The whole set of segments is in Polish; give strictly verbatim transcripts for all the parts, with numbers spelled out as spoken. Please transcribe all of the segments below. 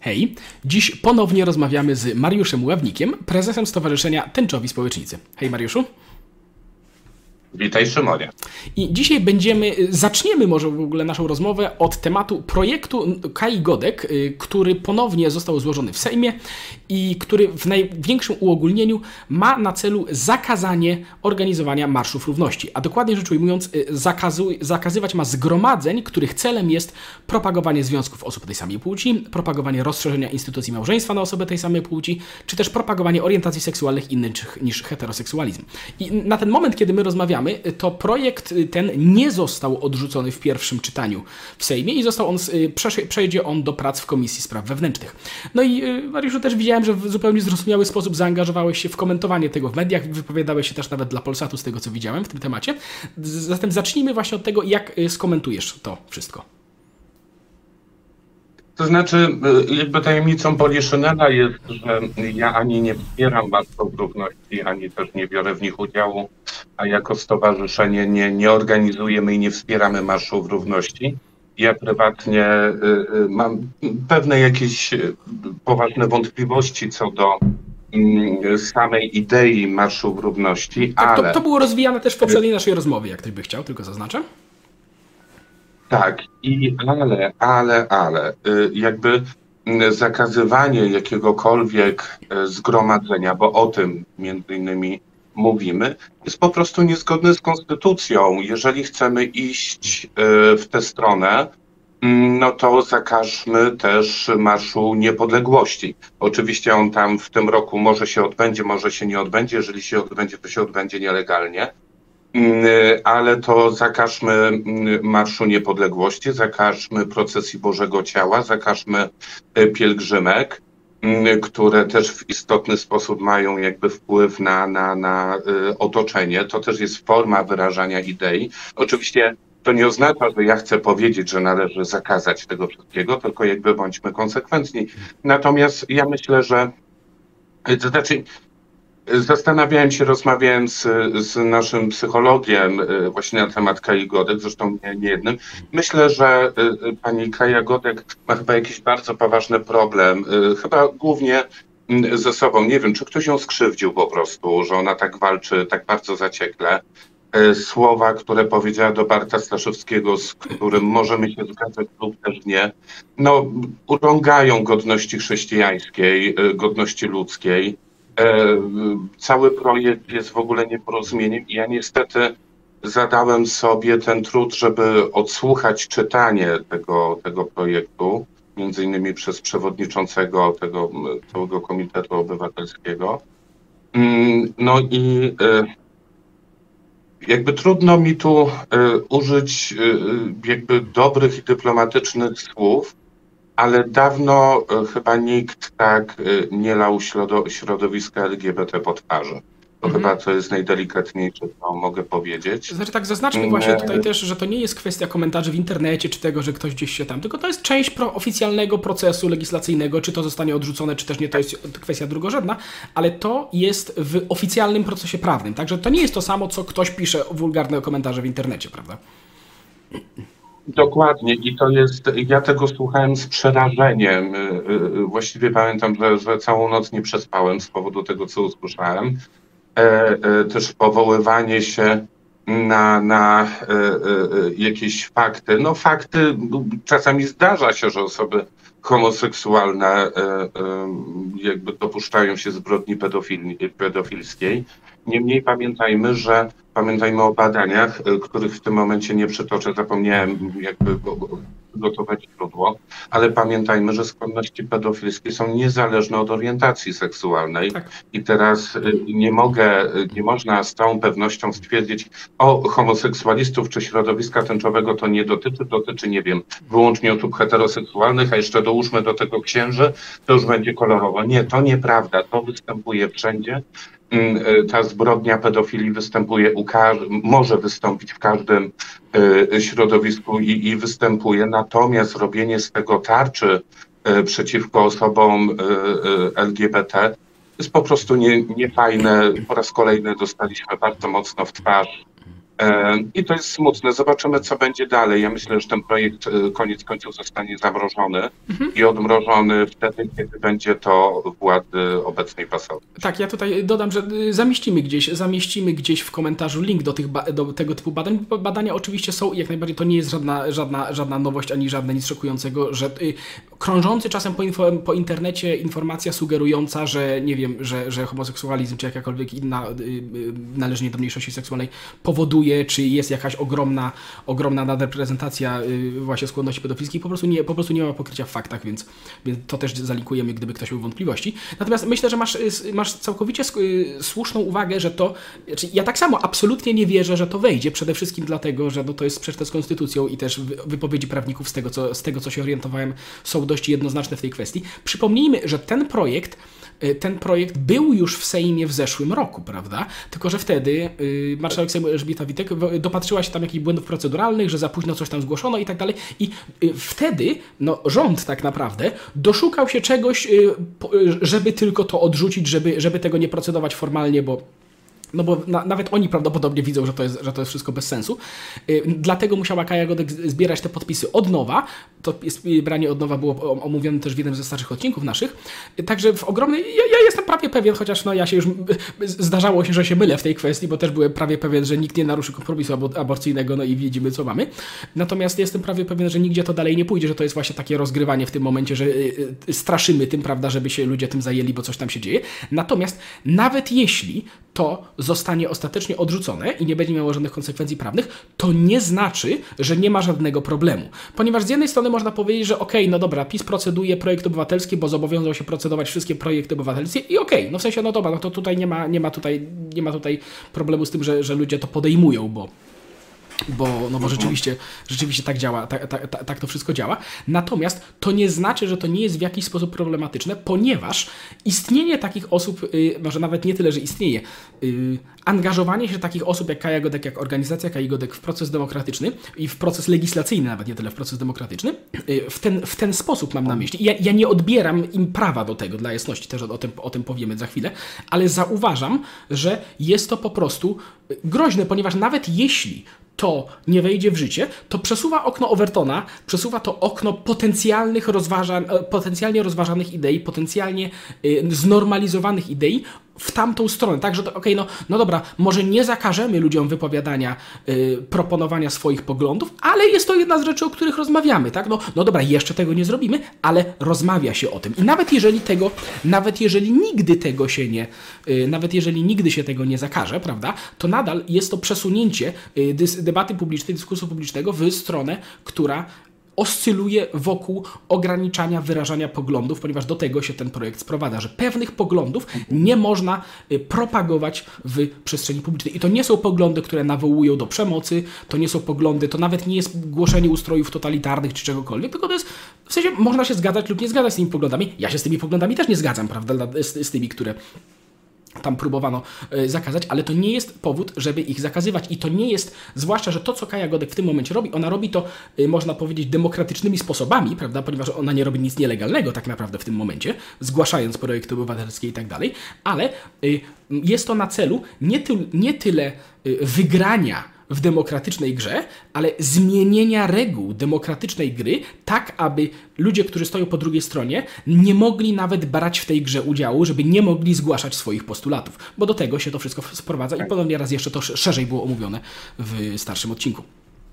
Hej, dziś ponownie rozmawiamy z Mariuszem Ławnikiem, prezesem Stowarzyszenia Tęczowi Społecznicy. Hej Mariuszu. Witaj Szymonie. I dzisiaj będziemy, zaczniemy może w ogóle naszą rozmowę od tematu projektu Kai Godek, który ponownie został złożony w Sejmie i który w największym uogólnieniu ma na celu zakazanie organizowania Marszów Równości, a dokładnie rzecz ujmując zakazu, zakazywać ma zgromadzeń, których celem jest propagowanie związków osób tej samej płci, propagowanie rozszerzenia instytucji małżeństwa na osoby tej samej płci, czy też propagowanie orientacji seksualnych innych niż heteroseksualizm. I na ten moment, kiedy my rozmawiamy, to projekt ten nie został odrzucony w pierwszym czytaniu w Sejmie i został on, przejdzie on do prac w Komisji Spraw Wewnętrznych. No i Mariuszu, też widziałem, że w zupełnie zrozumiały sposób zaangażowałeś się w komentowanie tego w mediach, wypowiadałeś się też nawet dla Polsatu z tego, co widziałem w tym temacie. Zatem zacznijmy właśnie od tego, jak skomentujesz to wszystko. To znaczy, jakby tajemnicą Poliszynela jest, że ja ani nie wspieram Marszów Równości, ani też nie biorę w nich udziału, a jako stowarzyszenie nie, nie organizujemy i nie wspieramy Marszów Równości. Ja prywatnie y, y, mam pewne jakieś poważne wątpliwości co do y, samej idei Marszów Równości, tak, ale... To, to było rozwijane też w poprzedniej naszej rozmowie, jak ktoś by chciał, tylko zaznaczę. Tak, i ale, ale, ale, jakby zakazywanie jakiegokolwiek zgromadzenia, bo o tym między innymi mówimy, jest po prostu niezgodne z konstytucją. Jeżeli chcemy iść w tę stronę, no to zakażmy też Marszu Niepodległości. Oczywiście on tam w tym roku może się odbędzie, może się nie odbędzie. Jeżeli się odbędzie, to się odbędzie nielegalnie. Ale to zakażmy Marszu Niepodległości, zakażmy procesji Bożego Ciała, zakażmy pielgrzymek, które też w istotny sposób mają jakby wpływ na, na, na otoczenie. To też jest forma wyrażania idei. Oczywiście to nie oznacza, że ja chcę powiedzieć, że należy zakazać tego wszystkiego, tylko jakby bądźmy konsekwentni. Natomiast ja myślę, że to znaczy zastanawiałem się, rozmawiałem z, z naszym psychologiem właśnie na temat Kai Godek, zresztą nie, nie jednym. Myślę, że pani Kaja Godek ma chyba jakiś bardzo poważny problem, chyba głównie ze sobą. Nie wiem, czy ktoś ją skrzywdził po prostu, że ona tak walczy, tak bardzo zaciekle. Słowa, które powiedziała do Barta Staszewskiego, z którym możemy się zgadzać lub też nie, no urągają godności chrześcijańskiej, godności ludzkiej. Cały projekt jest w ogóle nieporozumieniem i ja niestety zadałem sobie ten trud, żeby odsłuchać czytanie tego, tego projektu, między innymi przez przewodniczącego tego całego Komitetu Obywatelskiego. No i jakby trudno mi tu użyć jakby dobrych i dyplomatycznych słów, ale dawno chyba nikt tak nie lał środowiska L G B T po twarzy. To mhm. chyba to jest najdelikatniejsze, co mogę powiedzieć. To znaczy tak, zaznaczmy właśnie tutaj też, że to nie jest kwestia komentarzy w internecie, czy tego, że ktoś gdzieś się tam, tylko to jest część pro oficjalnego procesu legislacyjnego, czy to zostanie odrzucone, czy też nie, to jest kwestia drugorzędna, ale to jest w oficjalnym procesie prawnym. Także to nie jest to samo, co ktoś pisze wulgarne komentarze w internecie, prawda? Dokładnie i to jest, ja tego słuchałem z przerażeniem. Właściwie pamiętam, że, że całą noc nie przespałem z powodu tego, co usłyszałem. E, e, też powoływanie się na, na e, e, jakieś fakty. No fakty, czasami zdarza się, że osoby homoseksualne e, e, jakby dopuszczają się zbrodni pedofilskiej. Niemniej pamiętajmy, że pamiętajmy o badaniach, których w tym momencie nie przytoczę, zapomniałem jakby przygotować źródło, ale pamiętajmy, że skłonności pedofilskie są niezależne od orientacji seksualnej. Tak. I teraz nie mogę, nie można z całą pewnością stwierdzić, o homoseksualistów czy środowiska tęczowego to nie dotyczy, dotyczy, nie wiem, wyłącznie osób heteroseksualnych, a jeszcze dołóżmy do tego księży, to już będzie kolorowo. Nie, to nieprawda, to występuje wszędzie. Ta zbrodnia pedofilii występuje, u może wystąpić w każdym y, środowisku i, i występuje, natomiast robienie z tego tarczy y, przeciwko osobom y, y, L G B T jest po prostu nie, niefajne. Po raz kolejny dostaliśmy bardzo mocno w twarz I to jest smutne. Zobaczymy, co będzie dalej. Ja myślę, że ten projekt koniec końców zostanie zamrożony mhm. i odmrożony wtedy, kiedy będzie to władzy obecnej pasować. Tak, ja tutaj dodam, że zamieścimy gdzieś, zamieścimy gdzieś w komentarzu link do, tych do tego typu badań. Badania oczywiście są i jak najbardziej to nie jest żadna, żadna, żadna nowość, ani żadne nic szokującego, że y, krążący czasem po, info, po internecie informacja sugerująca, że nie wiem, że, że homoseksualizm czy jakakolwiek inna y, y, należenie do mniejszości seksualnej powoduje, czy jest jakaś ogromna, ogromna nadreprezentacja y, właśnie skłonności pedofilskich, po prostu nie, po prostu nie ma pokrycia w faktach, więc, więc to też zalinkujemy, gdyby ktoś miał wątpliwości. Natomiast myślę, że masz, masz całkowicie słuszną uwagę, że to, znaczy ja tak samo absolutnie nie wierzę, że to wejdzie, przede wszystkim dlatego, że no, to jest sprzeczne z konstytucją i też wypowiedzi prawników z tego, co, z tego, co się orientowałem, są dość jednoznaczne w tej kwestii. Przypomnijmy, że ten projekt Ten projekt był już w Sejmie w zeszłym roku, prawda? Tylko że wtedy yy, marszałek Sejmu Elżbieta Witek dopatrzyła się tam jakichś błędów proceduralnych, że za późno coś tam zgłoszono i tak dalej. I yy, wtedy no, rząd tak naprawdę doszukał się czegoś, yy, żeby tylko to odrzucić, żeby, żeby tego nie procedować formalnie, bo no bo na, nawet oni prawdopodobnie widzą, że to jest, że to jest wszystko bez sensu. Yy, dlatego musiała Kaja Godek zbierać te podpisy od nowa. To jest, branie od nowa było omówione też w jednym ze starszych odcinków naszych. Yy, także w ogromnej... Ja, ja jestem prawie pewien, chociaż no ja się już... Yy, zdarzało się, że się mylę w tej kwestii, bo też byłem prawie pewien, że nikt nie naruszy kompromisu ab- aborcyjnego, no i widzimy, co mamy. Natomiast jestem prawie pewien, że nigdzie to dalej nie pójdzie, że to jest właśnie takie rozgrywanie w tym momencie, że yy, yy, straszymy tym, prawda, żeby się ludzie tym zajęli, bo coś tam się dzieje. Natomiast nawet jeśli to zostanie ostatecznie odrzucone i nie będzie miało żadnych konsekwencji prawnych, to nie znaczy, że nie ma żadnego problemu. Ponieważ z jednej strony można powiedzieć, że okej, okay, no dobra, PiS proceduje projekt obywatelski, bo zobowiązał się procedować wszystkie projekty obywatelskie i okej, okay, no w sensie, no dobra, no to tutaj nie ma, nie ma, tutaj, nie ma tutaj problemu z tym, że, że ludzie to podejmują, bo Bo, no bo rzeczywiście, rzeczywiście tak działa, tak, tak, tak, tak to wszystko działa. Natomiast to nie znaczy, że to nie jest w jakiś sposób problematyczne, ponieważ istnienie takich osób, yy, może nawet nie tyle, że istnieje, yy, angażowanie się takich osób jak Kaja Godek, jak organizacja Kai Godek w proces demokratyczny i w proces legislacyjny, nawet nie tyle w proces demokratyczny, yy, w, ten, w ten sposób mam na myśli. Ja, ja nie odbieram im prawa do tego, dla jasności, też o, o, tym, o tym powiemy za chwilę, ale zauważam, że jest to po prostu groźne, ponieważ nawet jeśli to nie wejdzie w życie, to przesuwa okno Overtona, przesuwa to okno potencjalnych rozważań, potencjalnie rozważanych idei, potencjalnie y, znormalizowanych idei w tamtą stronę, tak, że okej, okay, no, no dobra, może nie zakażemy ludziom wypowiadania, y, proponowania swoich poglądów, ale jest to jedna z rzeczy, o których rozmawiamy, tak, no, no dobra, jeszcze tego nie zrobimy, ale rozmawia się o tym i nawet jeżeli tego, nawet jeżeli nigdy tego się nie, y, nawet jeżeli nigdy się tego nie zakaże, prawda, to nadal jest to przesunięcie y, dys, debaty publicznej, dyskursu publicznego w stronę, która oscyluje wokół ograniczania wyrażania poglądów, ponieważ do tego się ten projekt sprowadza, że pewnych poglądów nie można propagować w przestrzeni publicznej. I to nie są poglądy, które nawołują do przemocy, to nie są poglądy, to nawet nie jest głoszenie ustrojów totalitarnych czy czegokolwiek, tylko to jest, w sensie można się zgadzać lub nie zgadzać z tymi poglądami. Ja się z tymi poglądami też nie zgadzam, prawda, z, z tymi, które tam próbowano y, zakazać, ale to nie jest powód, żeby ich zakazywać i to nie jest, zwłaszcza, że to, co Kaja Godek w tym momencie robi, ona robi to, y, można powiedzieć, demokratycznymi sposobami, prawda, ponieważ ona nie robi nic nielegalnego tak naprawdę w tym momencie, zgłaszając projekty obywatelskie i tak dalej, ale y, jest to na celu nie, ty, nie tyle y, wygrania w demokratycznej grze, ale zmienienia reguł demokratycznej gry tak, aby ludzie, którzy stoją po drugiej stronie, nie mogli nawet brać w tej grze udziału, żeby nie mogli zgłaszać swoich postulatów, bo do tego się to wszystko sprowadza i ponownie raz jeszcze to szerzej było omówione w starszym odcinku.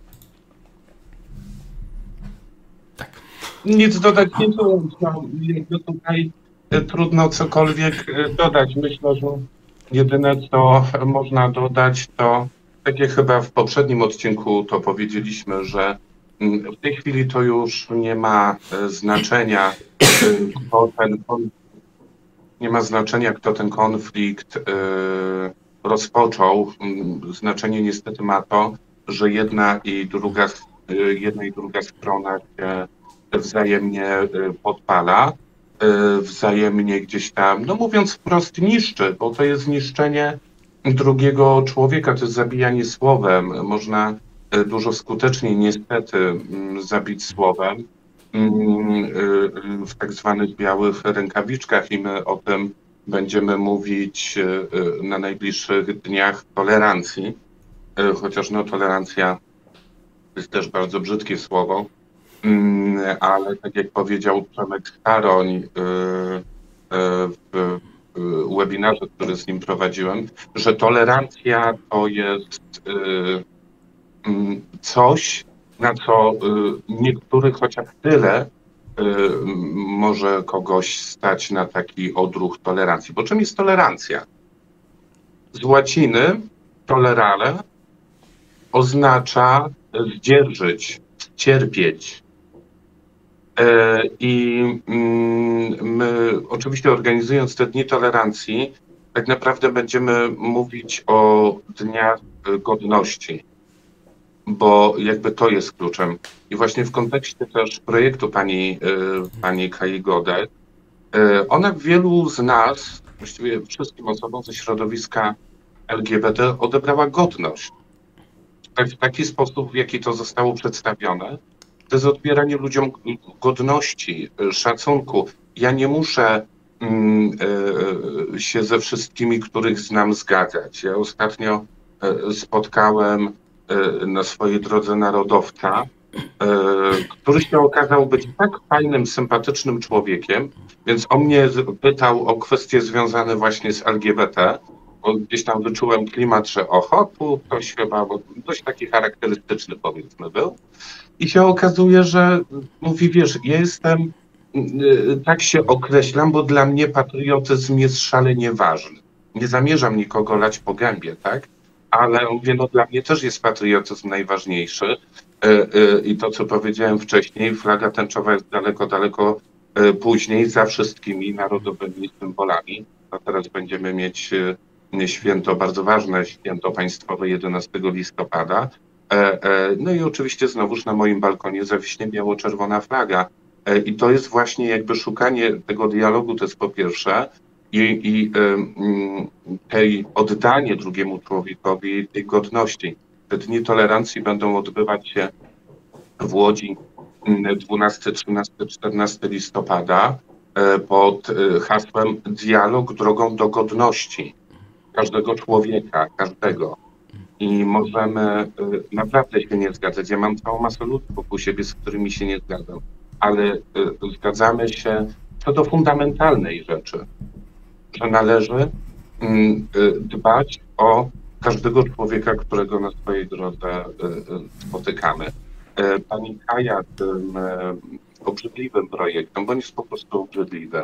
Tak. Nic dodać nie było, no, jakby tutaj trudno cokolwiek dodać. Myślę, że jedyne, co można dodać, to tak jak chyba w poprzednim odcinku to powiedzieliśmy, że w tej chwili to już nie ma znaczenia, kto ten konflikt, nie ma znaczenia, kto ten konflikt rozpoczął. Znaczenie niestety ma to, że jedna i druga, jedna i druga strona się wzajemnie podpala, wzajemnie gdzieś tam, no mówiąc wprost, niszczy, bo to jest niszczenie drugiego człowieka, to jest zabijanie słowem. Można dużo skuteczniej niestety zabić słowem w tak zwanych białych rękawiczkach i my o tym będziemy mówić na najbliższych dniach tolerancji. chociaż no tolerancja to jest też bardzo brzydkie słowo, ale tak jak powiedział Przemek Staroń w webinarze, który z nim prowadziłem, że tolerancja to jest coś, na co niektórych chociaż tyle może kogoś stać na taki odruch tolerancji. Bo czym jest tolerancja? Z łaciny tolerare oznacza zdzierżyć, cierpieć. I my oczywiście organizując te dni tolerancji, tak naprawdę będziemy mówić o dniach godności, bo jakby to jest kluczem. I właśnie w kontekście też projektu pani, pani Kai Godek, ona wielu z nas, właściwie wszystkim osobom ze środowiska L G B T odebrała godność. Tak, w taki sposób, w jaki to zostało przedstawione, to jest odbieranie ludziom godności, szacunku. Ja nie muszę mm, e, się ze wszystkimi, których znam, zgadzać. Ja ostatnio e, spotkałem e, na swojej drodze narodowca, e, który się okazał być tak fajnym, sympatycznym człowiekiem, więc on mnie pytał o kwestie związane właśnie z L G B T. Bo gdzieś tam wyczułem klimat, że oho, tu ktoś chyba, bo dość taki charakterystyczny powiedzmy był. I się okazuje, że mówi, wiesz, ja jestem, tak się określam, bo dla mnie patriotyzm jest szalenie ważny. Nie zamierzam nikogo lać po gębie, tak? Ale mówię, no dla mnie też jest patriotyzm najważniejszy. I to, co powiedziałem wcześniej, flaga tęczowa jest daleko, daleko później za wszystkimi narodowymi symbolami. A teraz będziemy mieć święto, bardzo ważne święto państwowe jedenastego listopada. No i oczywiście znowuż na moim balkonie zawiśnie biało-czerwona flaga. I to jest właśnie jakby szukanie tego dialogu, to jest po pierwsze, i, i tej oddanie drugiemu człowiekowi tej godności. Te dni tolerancji będą odbywać się w Łodzi dwunastego, trzynastego, czternastego listopada pod hasłem dialog drogą do godności każdego człowieka, każdego. I możemy naprawdę się nie zgadzać. Ja mam całą masę ludzi wokół siebie, z którymi się nie zgadzam, ale zgadzamy się co do fundamentalnej rzeczy, że należy dbać o każdego człowieka, którego na swojej drodze spotykamy. Pani Kaja tym obrzydliwym projektem, bo nie jest po prostu obrzydliwe,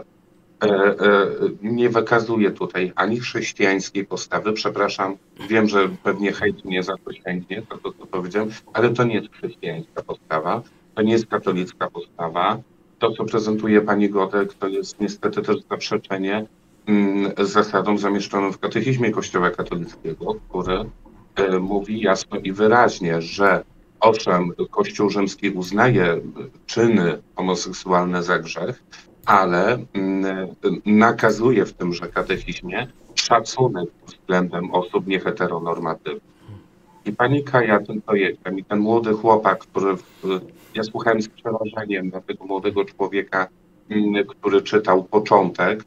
nie wykazuje tutaj ani chrześcijańskiej postawy, przepraszam, wiem, że pewnie hejt mnie za coś chętnie, to, to co powiedziałem, ale to nie jest chrześcijańska postawa, to nie jest katolicka postawa. To, co prezentuje pani Godek, to jest niestety też zaprzeczenie mm, zasadom zamieszczonym w katechizmie Kościoła katolickiego, który y, mówi jasno i wyraźnie, że owszem, Kościół rzymski uznaje czyny homoseksualne za grzech, ale nakazuje w tymże katechizmie szacunek względem osób nieheteronormatywnych. I pani Kaja tym projektem i ten młody chłopak, który, ja słuchałem z przerażeniem na tego młodego człowieka, który czytał początek,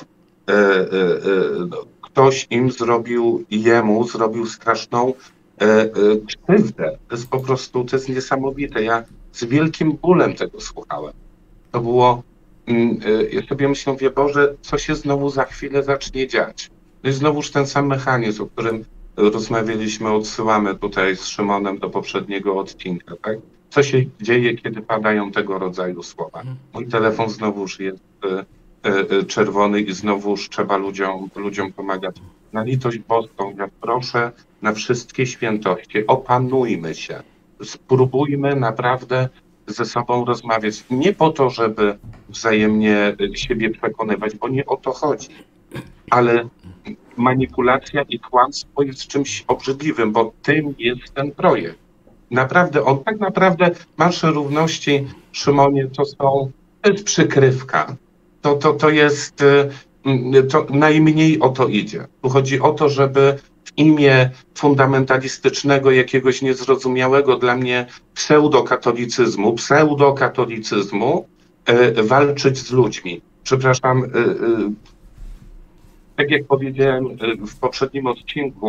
ktoś im zrobił, jemu zrobił straszną krzywdę. To jest po prostu, to jest niesamowite. Ja z wielkim bólem tego słuchałem. To było ja sobie myślę, mówię, Boże, co się znowu za chwilę zacznie dziać? To jest znowuż ten sam mechanizm, o którym rozmawialiśmy, odsyłamy tutaj z Szymonem do poprzedniego odcinka, tak? Co się dzieje, kiedy padają tego rodzaju słowa? Mój telefon znowuż jest czerwony i znowuż trzeba ludziom, ludziom pomagać. Na litość boską, ja proszę na wszystkie świętości, opanujmy się, spróbujmy naprawdę ze sobą rozmawiać. Nie po to, żeby wzajemnie siebie przekonywać, bo nie o to chodzi. Ale manipulacja i kłamstwo jest czymś obrzydliwym, bo tym jest ten projekt. Naprawdę, on tak naprawdę, Marsze Równości, Szymonie, to są, to jest przykrywka. To, to, to jest, to najmniej o to idzie. Tu chodzi o to, żeby w imię fundamentalistycznego, jakiegoś niezrozumiałego dla mnie pseudokatolicyzmu, pseudokatolicyzmu e, walczyć z ludźmi. Przepraszam, e, e, tak jak powiedziałem w poprzednim odcinku,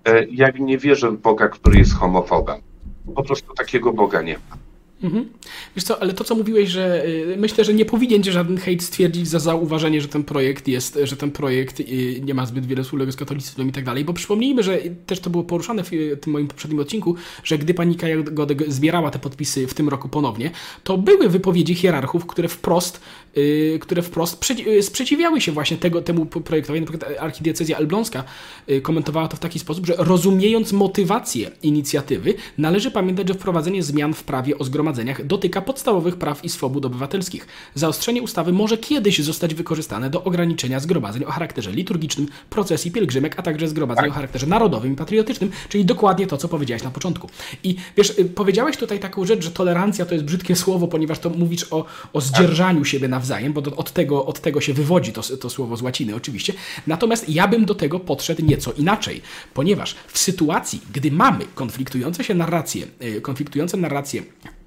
Ja nie wierzę w Boga, który jest homofobem. Po prostu takiego Boga nie ma. Mhm. Wiesz co, ale to co mówiłeś, że y, myślę, że nie powinien cię żaden hejt stwierdzić za zauważenie, że ten projekt jest, że ten projekt y, nie ma zbyt wiele wspólnego z katolicyzmem i tak dalej, bo przypomnijmy, że też to było poruszane w y, tym moim poprzednim odcinku, że gdy pani Kaja Godek zbierała te podpisy w tym roku ponownie, to były wypowiedzi hierarchów, które wprost, y, które wprost przeci y, sprzeciwiały się właśnie tego, temu projektowi. Na przykład archidiecezja elbląska y, komentowała to w taki sposób, że rozumiejąc motywację inicjatywy, należy pamiętać, że wprowadzenie zmian w prawie o zgromadzeniach dotyka podstawowych praw i swobód obywatelskich. Zaostrzenie ustawy może kiedyś zostać wykorzystane do ograniczenia zgromadzeń o charakterze liturgicznym, procesji, pielgrzymek, a także zgromadzeń o charakterze narodowym i patriotycznym, czyli dokładnie to, co powiedziałeś na początku. I wiesz, powiedziałeś tutaj taką rzecz, że tolerancja to jest brzydkie słowo, ponieważ to mówisz o, o zdzierżaniu siebie nawzajem, bo do, od, tego, od tego się wywodzi to, to słowo z łaciny oczywiście. Natomiast ja bym do tego podszedł nieco inaczej, ponieważ w sytuacji, gdy mamy konfliktujące się narracje, konfliktujące narracje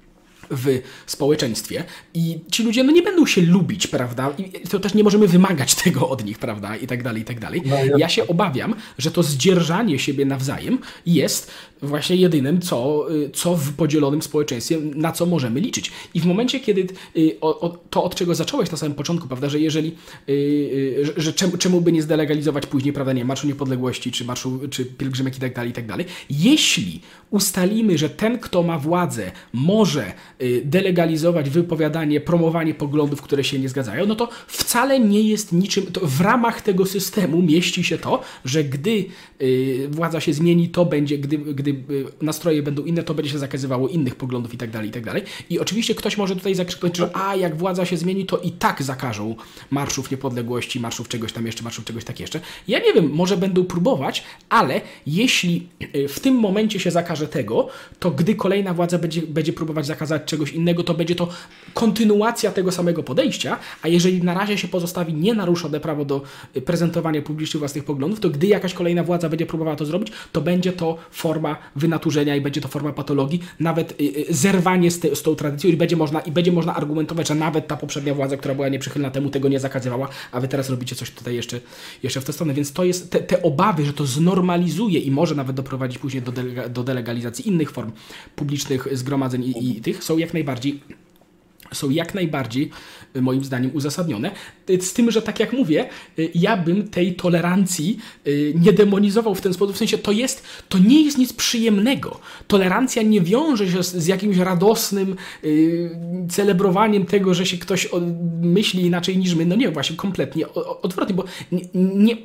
w społeczeństwie i ci ludzie no nie będą się lubić, prawda? I to też nie możemy wymagać tego od nich, prawda? I tak dalej, i tak dalej. Ja się obawiam, że to zdzierżanie siebie nawzajem jest właśnie jedynym, co, co w podzielonym społeczeństwie, na co możemy liczyć. I w momencie, kiedy o, o, to, od czego zacząłeś na samym początku, prawda, że jeżeli, że, że czemu, czemu by nie zdelegalizować później, prawda, nie, Marszu Niepodległości, czy Marszu, czy pielgrzymek i tak dalej, i tak dalej. Jeśli ustalimy, że ten, kto ma władzę, może delegalizować wypowiadanie, promowanie poglądów, które się nie zgadzają, no to wcale nie jest niczym, to w ramach tego systemu mieści się to, że gdy y, władza się zmieni, to będzie, gdy, gdy y, nastroje będą inne, to będzie się zakazywało innych poglądów i tak dalej, i tak dalej. I oczywiście ktoś może tutaj zakrzyknąć, że a, jak władza się zmieni, to i tak zakażą marszów niepodległości, marszów czegoś tam jeszcze, marszów czegoś tak jeszcze. Ja nie wiem, może będą próbować, ale jeśli w tym momencie się zakaże tego, to gdy kolejna władza będzie, będzie próbować zakazać czegoś innego, to będzie to kontynuacja tego samego podejścia, a jeżeli na razie się pozostawi nienaruszone prawo do prezentowania publicznie własnych poglądów, to gdy jakaś kolejna władza będzie próbowała to zrobić, to będzie to forma wynaturzenia i będzie to forma patologii, nawet zerwanie z, te, z tą tradycją i będzie, można, i będzie można argumentować, że nawet ta poprzednia władza, która była nieprzychylna temu, tego nie zakazywała, a wy teraz robicie coś tutaj jeszcze, jeszcze w tę stronę. Więc to jest te, te obawy, że to znormalizuje i może nawet doprowadzić później do, delega, do delegalizacji innych form publicznych zgromadzeń i, i tych, są jak najbardziej są jak najbardziej, moim zdaniem, uzasadnione. Z tym, że tak jak mówię, ja bym tej tolerancji nie demonizował w ten sposób, w sensie to jest, to nie jest nic przyjemnego. Tolerancja nie wiąże się z, z jakimś radosnym yy, celebrowaniem tego, że się ktoś myśli inaczej niż my. No nie, właśnie kompletnie odwrotnie, bo nie, nie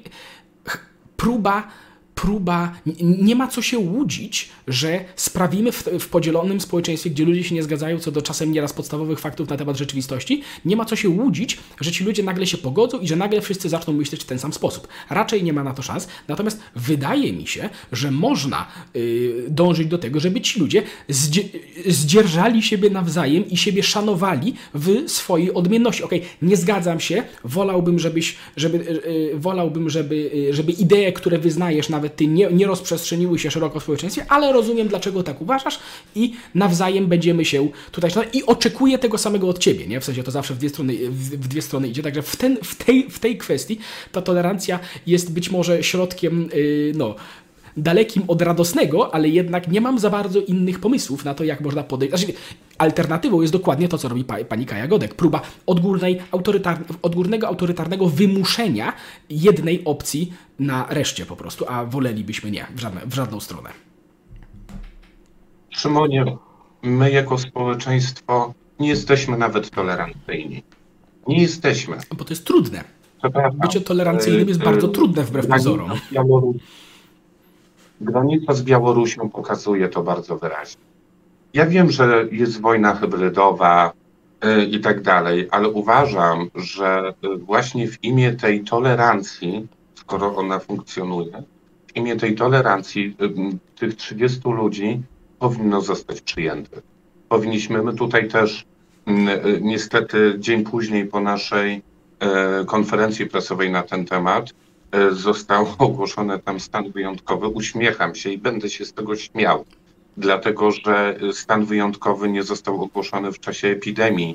próba próba, nie ma co się łudzić, że sprawimy w, w podzielonym społeczeństwie, gdzie ludzie się nie zgadzają co do czasem nieraz podstawowych faktów na temat rzeczywistości, nie ma co się łudzić, że ci ludzie nagle się pogodzą i że nagle wszyscy zaczną myśleć w ten sam sposób. Raczej nie ma na to szans, natomiast wydaje mi się, że można yy, dążyć do tego, żeby ci ludzie zdzie zdzierżali siebie nawzajem i siebie szanowali w swojej odmienności. Okej, okay, nie zgadzam się, wolałbym, żebyś, żeby, yy, wolałbym, żeby, yy, żeby idee, które wyznajesz, nawet ty nie, nie rozprzestrzeniły się szeroko w społeczeństwie, ale rozumiem, dlaczego tak uważasz i nawzajem będziemy się tutaj i oczekuję tego samego od ciebie, nie? W sensie to zawsze w dwie strony, w, w dwie strony idzie, także w, ten, w, tej, w tej kwestii ta tolerancja jest być może środkiem, yy, no, dalekim od radosnego, ale jednak nie mam za bardzo innych pomysłów na to, jak można podejść. Znaczy, alternatywą jest dokładnie to, co robi pa, pani Kaja Godek. Próba odgórnej, autorytarne, odgórnego, autorytarnego wymuszenia jednej opcji na reszcie po prostu, a wolelibyśmy nie, w, żadne, w żadną stronę. Szymonie, my jako społeczeństwo nie jesteśmy nawet tolerancyjni. Nie jesteśmy. Bo to jest trudne. Bycie tolerancyjnym jest bardzo trudne wbrew pozorom. Granica z Białorusią pokazuje to bardzo wyraźnie. Ja wiem, że jest wojna hybrydowa yy, i tak dalej, ale uważam, że właśnie w imię tej tolerancji, skoro ona funkcjonuje, w imię tej tolerancji yy, tych trzydziestu ludzi powinno zostać przyjętych. Powinniśmy, my tutaj też yy, niestety dzień później po naszej yy, konferencji prasowej na ten temat został ogłoszony tam stan wyjątkowy. Uśmiecham się i będę się z tego śmiał, dlatego że stan wyjątkowy nie został ogłoszony w czasie epidemii,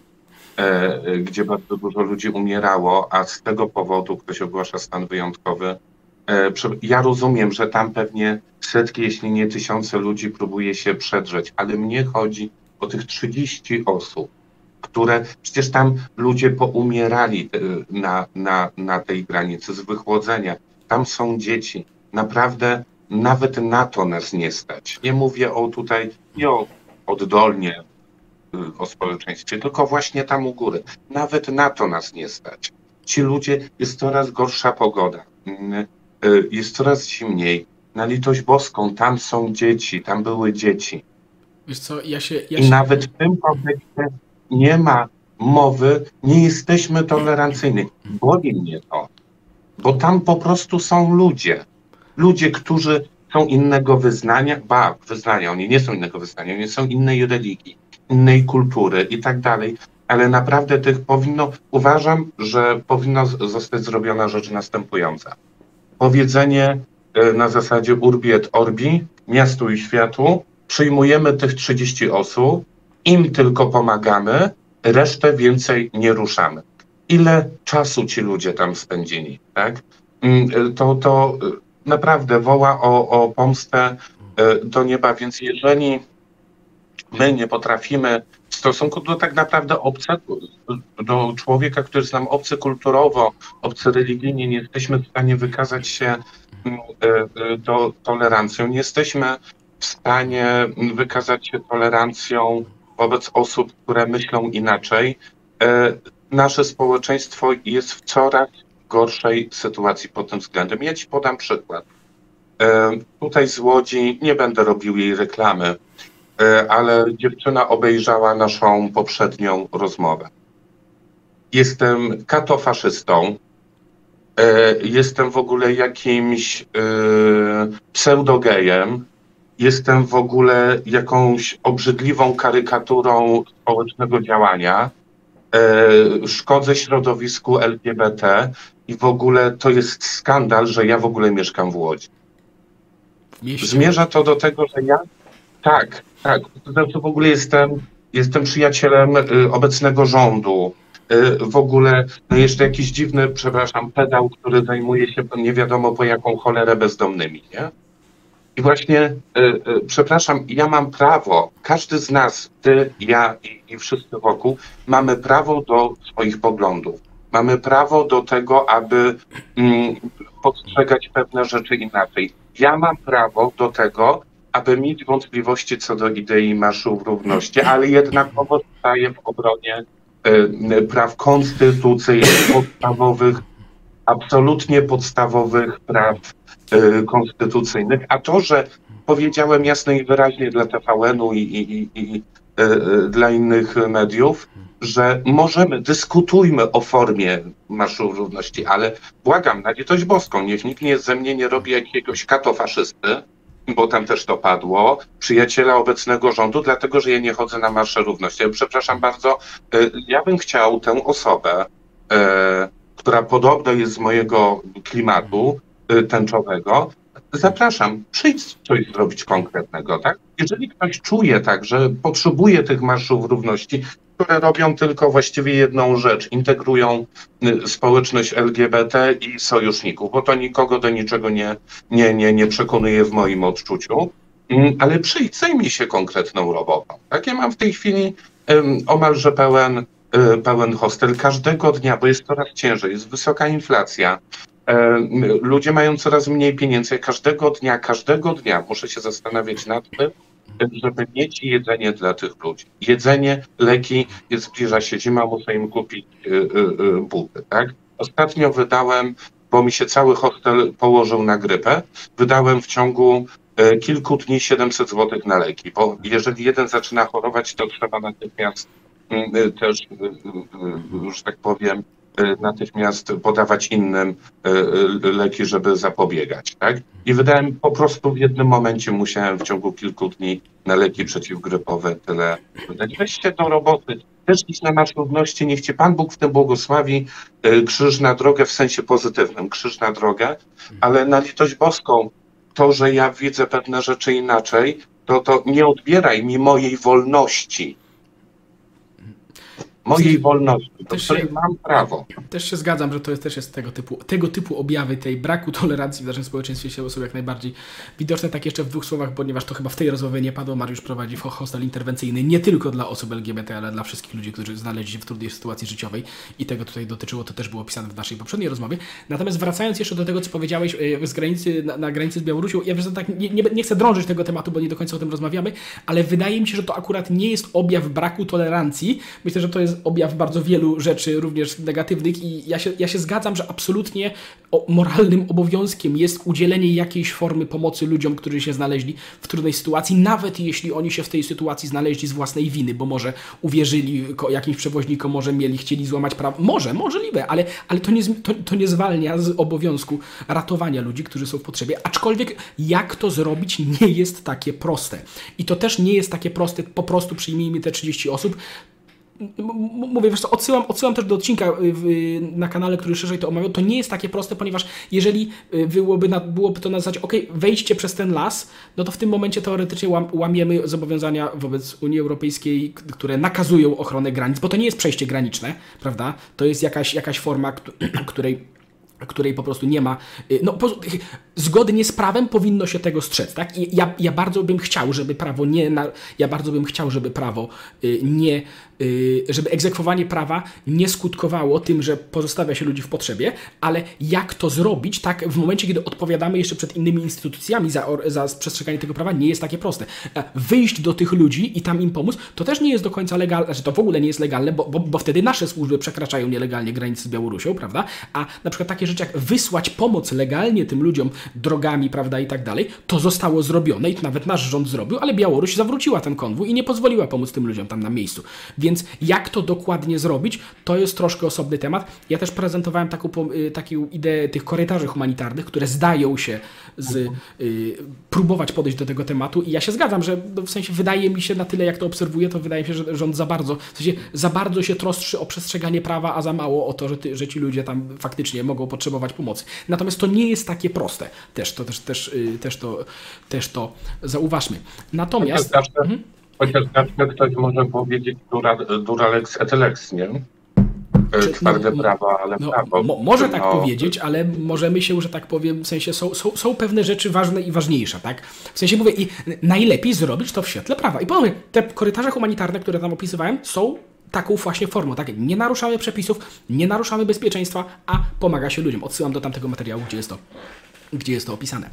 gdzie bardzo dużo ludzi umierało, a z tego powodu ktoś ogłasza stan wyjątkowy. Ja rozumiem, że tam pewnie setki, jeśli nie tysiące ludzi próbuje się przedrzeć, ale mnie chodzi o tych trzydzieści osób, które przecież tam ludzie poumierali na, na, na tej granicy z wychłodzenia. Tam są dzieci. Naprawdę nawet na to nas nie stać. Nie mówię o tutaj, nie o oddolnie, o społeczeństwie, tylko właśnie tam u góry. Nawet na to nas nie stać. Ci ludzie, jest coraz gorsza pogoda, jest coraz zimniej. Na litość boską, tam są dzieci, tam były dzieci. Wiesz co, ja się... Ja I się... nawet w tym kontekście nie ma mowy, nie jesteśmy tolerancyjni. Boli mnie to, bo tam po prostu są ludzie. Ludzie, którzy są innego wyznania, ba, wyznania, oni nie są innego wyznania, oni są innej religii, innej kultury i tak dalej, ale naprawdę tych powinno, uważam, że powinna zostać zrobiona rzecz następująca. Powiedzenie na zasadzie urbi et orbi, miastu i światu, przyjmujemy tych trzydzieści osób, im tylko pomagamy, resztę więcej nie ruszamy. Ile czasu ci ludzie tam spędzili, tak? To, to naprawdę woła o, o pomstę do nieba, więc jeżeli my nie potrafimy w stosunku do tak naprawdę obcego, do człowieka, który jest nam obcy kulturowo, obcy religijnie, nie jesteśmy w stanie wykazać się do tolerancją, nie jesteśmy w stanie wykazać się tolerancją wobec osób, które myślą inaczej, nasze społeczeństwo jest w coraz gorszej sytuacji pod tym względem. Ja ci podam przykład. Tutaj z Łodzi, nie będę robił jej reklamy, ale dziewczyna obejrzała naszą poprzednią rozmowę. Jestem katofaszystą, jestem w ogóle jakimś pseudogejem, jestem w ogóle jakąś obrzydliwą karykaturą społecznego działania, szkodzę środowisku L G B T i w ogóle to jest skandal, że ja w ogóle mieszkam w Łodzi. Zmierza to do tego, że ja tak, tak, to w ogóle jestem, jestem przyjacielem obecnego rządu. W ogóle no jeszcze jakiś dziwny, przepraszam, pedał, który zajmuje się nie wiadomo po jaką cholerę bezdomnymi, nie? I właśnie, y, y, przepraszam, ja mam prawo, każdy z nas, ty, ja i, i wszyscy wokół, mamy prawo do swoich poglądów. Mamy prawo do tego, aby mm, postrzegać pewne rzeczy inaczej. Ja mam prawo do tego, aby mieć wątpliwości co do idei Marszu Równości, ale jednakowo staję w obronie y, praw konstytucyjnych, podstawowych, absolutnie podstawowych praw konstytucyjnych, a to, że powiedziałem jasno i wyraźnie dla T V N-u i, i, i, i y, dla innych mediów, że możemy, dyskutujmy o formie Marszu Równości, ale błagam, na litość boską, niech nikt nie, ze mnie nie robi jakiegoś katofaszysty, bo tam też to padło, przyjaciela obecnego rządu, dlatego, że ja nie chodzę na Marsze Równości. Ja przepraszam bardzo, y, ja bym chciał tę osobę, y, która podobno jest z mojego klimatu, tęczowego, zapraszam, przyjdź coś zrobić konkretnego, tak? Jeżeli ktoś czuje tak, że potrzebuje tych marszów równości, które robią tylko właściwie jedną rzecz, integrują społeczność L G B T i sojuszników, bo to nikogo do niczego nie, nie, nie, nie przekonuje w moim odczuciu, ale przyjdź, zajmij się konkretną robotą. Tak? Ja mam w tej chwili um, omalże pełen, um, pełen hostel każdego dnia, bo jest coraz ciężej, jest wysoka inflacja, ludzie mają coraz mniej pieniędzy. Każdego dnia, każdego dnia muszę się zastanawiać nad tym, żeby mieć jedzenie dla tych ludzi. Jedzenie, leki, jest, zbliża się zima, muszę im kupić buty, tak? Ostatnio wydałem, bo mi się cały hostel położył na grypę, wydałem w ciągu kilku dni siedemset złotych na leki, bo jeżeli jeden zaczyna chorować, to trzeba natychmiast też, że tak powiem, natychmiast podawać innym leki, żeby zapobiegać, tak? I wydałem po prostu w jednym momencie, musiałem w ciągu kilku dni na leki przeciwgrypowe tyle wydać. Weźcie do roboty, też iść na Marsz Równości, niech Cię Pan Bóg w tym błogosławi, krzyż na drogę w sensie pozytywnym, krzyż na drogę, ale na litość boską, to, że ja widzę pewne rzeczy inaczej, to, to nie odbieraj mi mojej wolności. mojej W sensie, wolności, do też której się- mam prawo. Też się zgadzam, że to jest, też jest tego typu, tego typu objawy tej braku tolerancji w naszym społeczeństwie się są jak najbardziej widoczne. Tak jeszcze w dwóch słowach, ponieważ to chyba w tej rozmowie nie padło, Mariusz prowadzi hostel interwencyjny nie tylko dla osób L G B T, ale dla wszystkich ludzi, którzy znaleźli się w trudnej sytuacji życiowej i tego tutaj dotyczyło, to też było opisane w naszej poprzedniej rozmowie. Natomiast wracając jeszcze do tego, co powiedziałeś e, z granicy, na, na granicy z Białorusią, ja wiesz, że tak nie, nie, nie chcę drążyć tego tematu, bo nie do końca o tym rozmawiamy, ale wydaje mi się, że to akurat nie jest objaw braku tolerancji. Myślę, że to jest objaw bardzo wielu rzeczy, również negatywnych i ja się, ja się zgadzam, że absolutnie o, moralnym obowiązkiem jest udzielenie jakiejś formy pomocy ludziom, którzy się znaleźli w trudnej sytuacji, nawet jeśli oni się w tej sytuacji znaleźli z własnej winy, bo może uwierzyli ko- jakimś przewoźnikom, może mieli, chcieli złamać prawo. Może, możliwe, ale, ale to, nie, z- to, to nie zwalnia z obowiązku ratowania ludzi, którzy są w potrzebie, aczkolwiek jak to zrobić nie jest takie proste. I to też nie jest takie proste, po prostu przyjmijmy te trzydzieści osób. M- m- Mówię, wiesz co, odsyłam, odsyłam też do odcinka y, w, na kanale, który szerzej to omawiał. To nie jest takie proste, ponieważ jeżeli y, byłoby, na, byłoby to na zasadzie, ok, wejdźcie przez ten las, no to w tym momencie teoretycznie łam, łamiemy zobowiązania wobec Unii Europejskiej, k- które nakazują ochronę granic, bo to nie jest przejście graniczne, prawda? To jest jakaś, jakaś forma, któ- której której po prostu nie ma, y, no po, zgodnie z prawem powinno się tego strzec, tak? I ja, ja bardzo bym chciał, żeby prawo nie, na, ja bardzo bym chciał, żeby prawo y, nie, y, żeby egzekwowanie prawa nie skutkowało tym, że pozostawia się ludzi w potrzebie, ale jak to zrobić, tak, w momencie, kiedy odpowiadamy jeszcze przed innymi instytucjami za, or- za przestrzeganie tego prawa, nie jest takie proste. E, Wyjść do tych ludzi i tam im pomóc, to też nie jest do końca legalne, znaczy to w ogóle nie jest legalne, bo, bo, bo wtedy nasze służby przekraczają nielegalnie granice z Białorusią, prawda? A na przykład takie rzeczy jak wysłać pomoc legalnie tym ludziom drogami, prawda, i tak dalej, to zostało zrobione i to nawet nasz rząd zrobił, ale Białoruś zawróciła ten konwój i nie pozwoliła pomóc tym ludziom tam na miejscu. Więc jak to dokładnie zrobić, to jest troszkę osobny temat. Ja też prezentowałem taką, pom- y, taką ideę tych korytarzy humanitarnych, które zdają się z, y, próbować podejść do tego tematu i ja się zgadzam, że no, w sensie wydaje mi się na tyle, jak to obserwuję, to wydaje mi się, że rząd za bardzo, w sensie za bardzo się troszczy o przestrzeganie prawa, a za mało o to, że, ty, że ci ludzie tam faktycznie mogą potrzebować pomocy. Natomiast to nie jest takie proste. Też to, też, też, y, też to, też to zauważmy. Natomiast... Chociaż zawsze, Mhm. chociaż zawsze ktoś może powiedzieć dura, dura lex et lex, nie? E, Czy- Twarde no, prawo, ale No, prawo. mo, może tak No, powiedzieć, ale możemy się, że tak powiem, w sensie są, są, są pewne rzeczy ważne i ważniejsze, tak? W sensie mówię, i najlepiej zrobić to w świetle prawa. I powiem, te korytarze humanitarne, które tam opisywałem, są taką właśnie formą, tak? Nie naruszamy przepisów, nie naruszamy bezpieczeństwa, a pomaga się ludziom. Odsyłam do tamtego materiału, gdzie jest to, gdzie jest to opisane.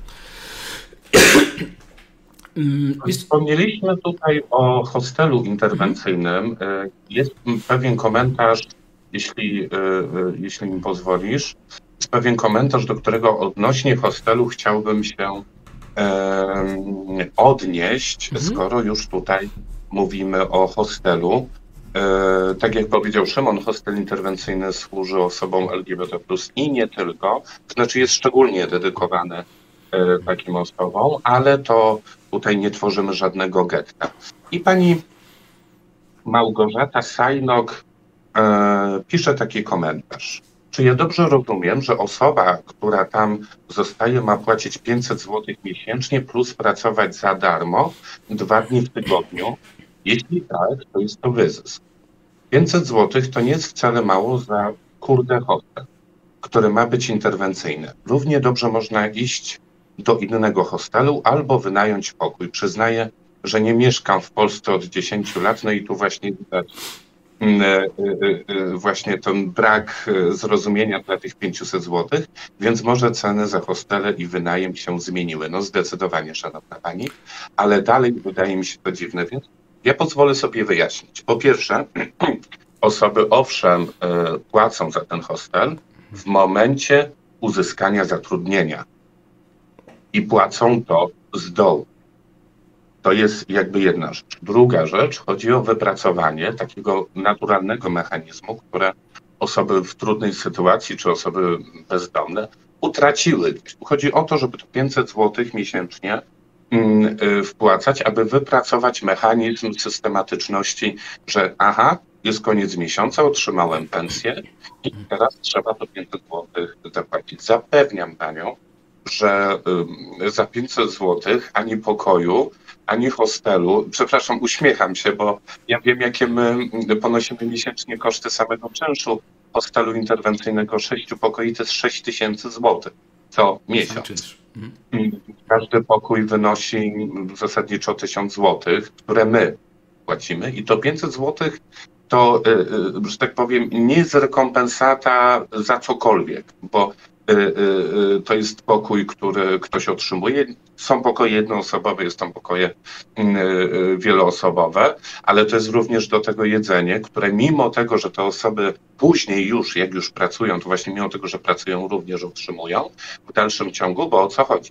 Mm, jest- Wspomnieliśmy tutaj o hostelu interwencyjnym. E, Jest pewien komentarz, jeśli, e, e, jeśli mi pozwolisz, jest pewien komentarz, do którego odnośnie hostelu chciałbym się em, odnieść, Mhm. skoro już tutaj mówimy o hostelu. E, Tak jak powiedział Szymon, hostel interwencyjny służy osobom L G B T plus i nie tylko, to znaczy jest szczególnie dedykowany e, takim osobom, ale to tutaj nie tworzymy żadnego getta. I pani Małgorzata Sajnok e, pisze taki komentarz. Czy ja dobrze rozumiem, że osoba, która tam zostaje, ma płacić pięćset złotych miesięcznie plus pracować za darmo dwa dni w tygodniu? Jeśli tak, to jest to wyzysk. pięćset złotych to nie jest wcale mało za kurde hostel, który ma być interwencyjny. Równie dobrze można iść do innego hostelu albo wynająć pokój. Przyznaję, że nie mieszkam w Polsce od dziesięciu lat, no i tu właśnie widać mm, e, e, e, właśnie ten brak e, zrozumienia dla tych pięciuset złotych, więc może ceny za hostele i wynajem się zmieniły. No zdecydowanie, szanowna pani, ale dalej wydaje mi się to dziwne, więc ja pozwolę sobie wyjaśnić. Po pierwsze, osoby owszem e, płacą za ten hostel w momencie uzyskania zatrudnienia i płacą to z dołu. To jest jakby jedna rzecz. Druga rzecz, chodzi o wypracowanie takiego naturalnego mechanizmu, które osoby w trudnej sytuacji czy osoby bezdomne utraciły. Chodzi o to, żeby to pięćset złotych miesięcznie mm, y, wpłacać, aby wypracować mechanizm systematyczności, że aha, jest koniec miesiąca, otrzymałem pensję i teraz trzeba to pięćset złotych zapłacić. Zapewniam panią, że y, za pięćset złotych ani pokoju, ani hostelu, przepraszam, uśmiecham się, bo ja wiem, jakie my ponosimy miesięcznie koszty samego czynszu hostelu interwencyjnego sześciu pokoi, to jest sześć tysięcy złotych co miesiąc. Mhm. Każdy pokój wynosi zasadniczo tysiąc złotych, które my płacimy i to pięćset złotych to, że tak powiem, nie jest rekompensata za cokolwiek, bo to jest pokój, który ktoś otrzymuje. Są pokoje jednoosobowe, są pokoje wieloosobowe, ale to jest również do tego jedzenie, które mimo tego, że te osoby później już, jak już pracują, to właśnie mimo tego, że pracują, również otrzymują w dalszym ciągu, bo o co chodzi?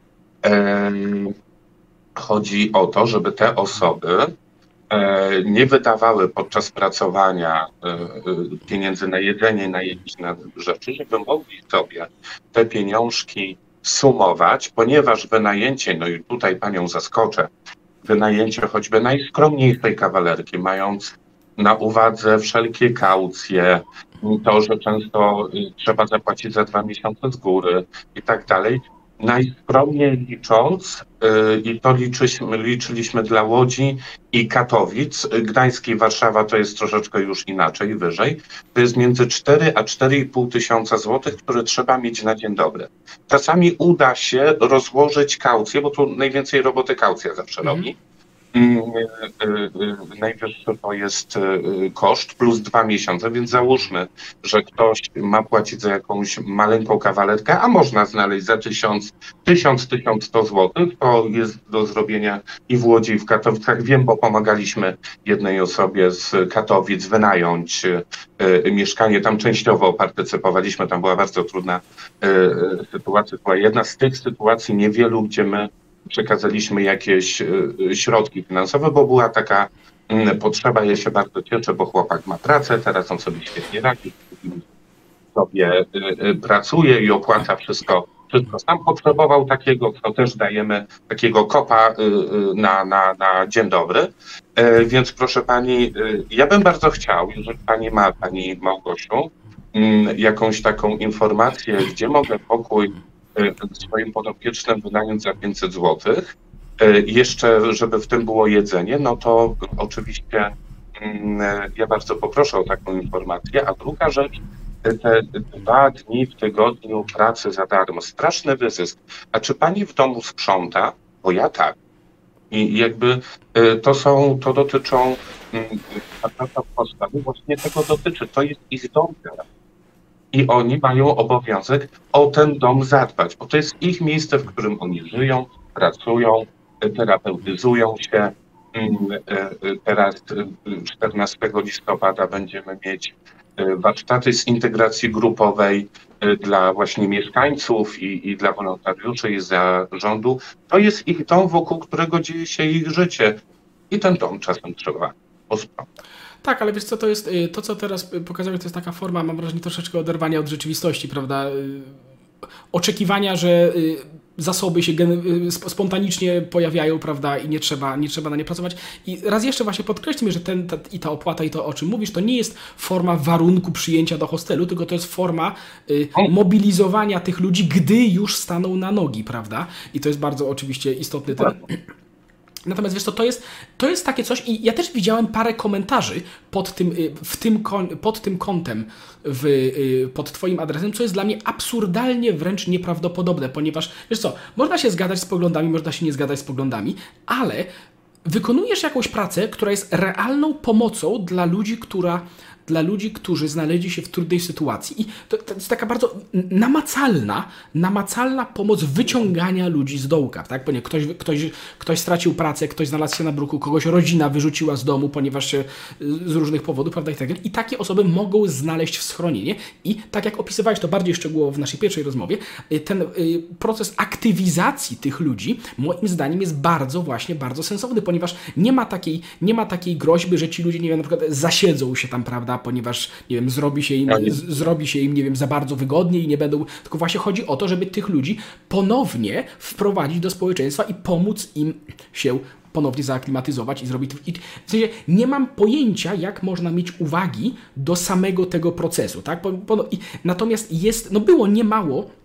Chodzi o to, żeby te osoby nie wydawały podczas pracowania pieniędzy na jedzenie, na jakieś rzeczy, żeby mogli sobie te pieniążki sumować, ponieważ wynajęcie, no i tutaj panią zaskoczę, wynajęcie choćby najskromniejszej kawalerki, mając na uwadze wszelkie kaucje, to, że często trzeba zapłacić za dwa miesiące z góry i tak dalej, najskromniej licząc, i to liczyliśmy, liczyliśmy dla Łodzi i Katowic, Gdańsk i Warszawa to jest troszeczkę już inaczej, wyżej, to jest między cztery a cztery i pół tysiąca złotych, które trzeba mieć na dzień dobry. Czasami uda się rozłożyć kaucję, bo tu najwięcej roboty kaucja zawsze mm. robi. Najwyższy to jest koszt plus dwa miesiące, więc załóżmy, że ktoś ma płacić za jakąś maleńką kawalerkę, a można znaleźć za tysiąc, tysiąc, tysiąc sto złotych. To jest do zrobienia i w Łodzi, i w Katowicach. Wiem, bo pomagaliśmy jednej osobie z Katowic wynająć mieszkanie. Tam częściowo partycypowaliśmy, tam była bardzo trudna sytuacja. To była jedna z tych sytuacji niewielu, gdzie my przekazaliśmy jakieś środki finansowe, bo była taka potrzeba. Ja się bardzo cieszę, bo chłopak ma pracę, teraz on sobie świetnie radzi, sobie pracuje i opłaca wszystko, wszystko sam. Potrzebował takiego, to też dajemy takiego kopa na, na, na dzień dobry. Więc proszę pani, ja bym bardzo chciał, jeżeli pani ma, pani Małgosiu, jakąś taką informację, gdzie mogę pokój swoim podopiecznym wynająć za pięćset złotych. Jeszcze, żeby w tym było jedzenie, no to oczywiście ja bardzo poproszę o taką informację. A druga rzecz, te dwa dni w tygodniu pracy za darmo, straszny wyzysk. A czy pani w domu sprząta? Bo ja tak. I jakby to są, to dotyczą, ta podstawy właśnie tego dotyczy, to jest ich dom teraz. I oni mają obowiązek o ten dom zadbać, bo to jest ich miejsce, w którym oni żyją, pracują, terapeutyzują się. Teraz czternastego listopada będziemy mieć warsztaty z integracji grupowej dla właśnie mieszkańców i, i dla wolontariuszy i zarządu. To jest ich dom, wokół którego dzieje się ich życie i ten dom czasem trzeba posprzątać. Tak, ale wiesz co, to jest, to co teraz pokazałeś, to jest taka forma, mam wrażenie, troszeczkę oderwania od rzeczywistości, prawda? Oczekiwania, że zasoby się spontanicznie pojawiają, prawda, i nie trzeba, nie trzeba na nie pracować. I raz jeszcze właśnie podkreślmy, że ten, ta, i ta opłata, i to, o czym mówisz, to nie jest forma warunku przyjęcia do hostelu, tylko to jest forma y, mobilizowania tych ludzi, gdy już staną na nogi, prawda? I to jest bardzo oczywiście istotny ten... Natomiast wiesz co, to jest, to jest takie coś i ja też widziałem parę komentarzy pod tym, w tym, pod tym kątem, w, pod twoim adresem, co jest dla mnie absurdalnie wręcz nieprawdopodobne, ponieważ wiesz co, można się zgadzać z poglądami, można się nie zgadzać z poglądami, ale wykonujesz jakąś pracę, która jest realną pomocą dla ludzi, która... dla ludzi, którzy znaleźli się w trudnej sytuacji. I to, to jest taka bardzo namacalna, namacalna pomoc wyciągania ludzi z dołka, tak? Ponieważ ktoś, ktoś, ktoś stracił pracę, ktoś znalazł się na bruku, kogoś rodzina wyrzuciła z domu, ponieważ się z różnych powodów, prawda, i tak dalej. I takie osoby mogą znaleźć schronienie. I tak jak opisywałeś to bardziej szczegółowo w naszej pierwszej rozmowie, ten proces aktywizacji tych ludzi, moim zdaniem, jest bardzo właśnie, bardzo sensowny, ponieważ nie ma takiej, nie ma takiej groźby, że ci ludzie, nie wiem, na przykład zasiedzą się tam, prawda, ponieważ, nie wiem, zrobi się im, z, zrobi się im, nie wiem, za bardzo wygodnie i nie będą, tylko właśnie chodzi o to, żeby tych ludzi ponownie wprowadzić do społeczeństwa i pomóc im się ponownie zaaklimatyzować i zrobić... I w sensie nie mam pojęcia, jak można mieć uwagi do samego tego procesu, tak? Po, po, i, natomiast jest, no było niemało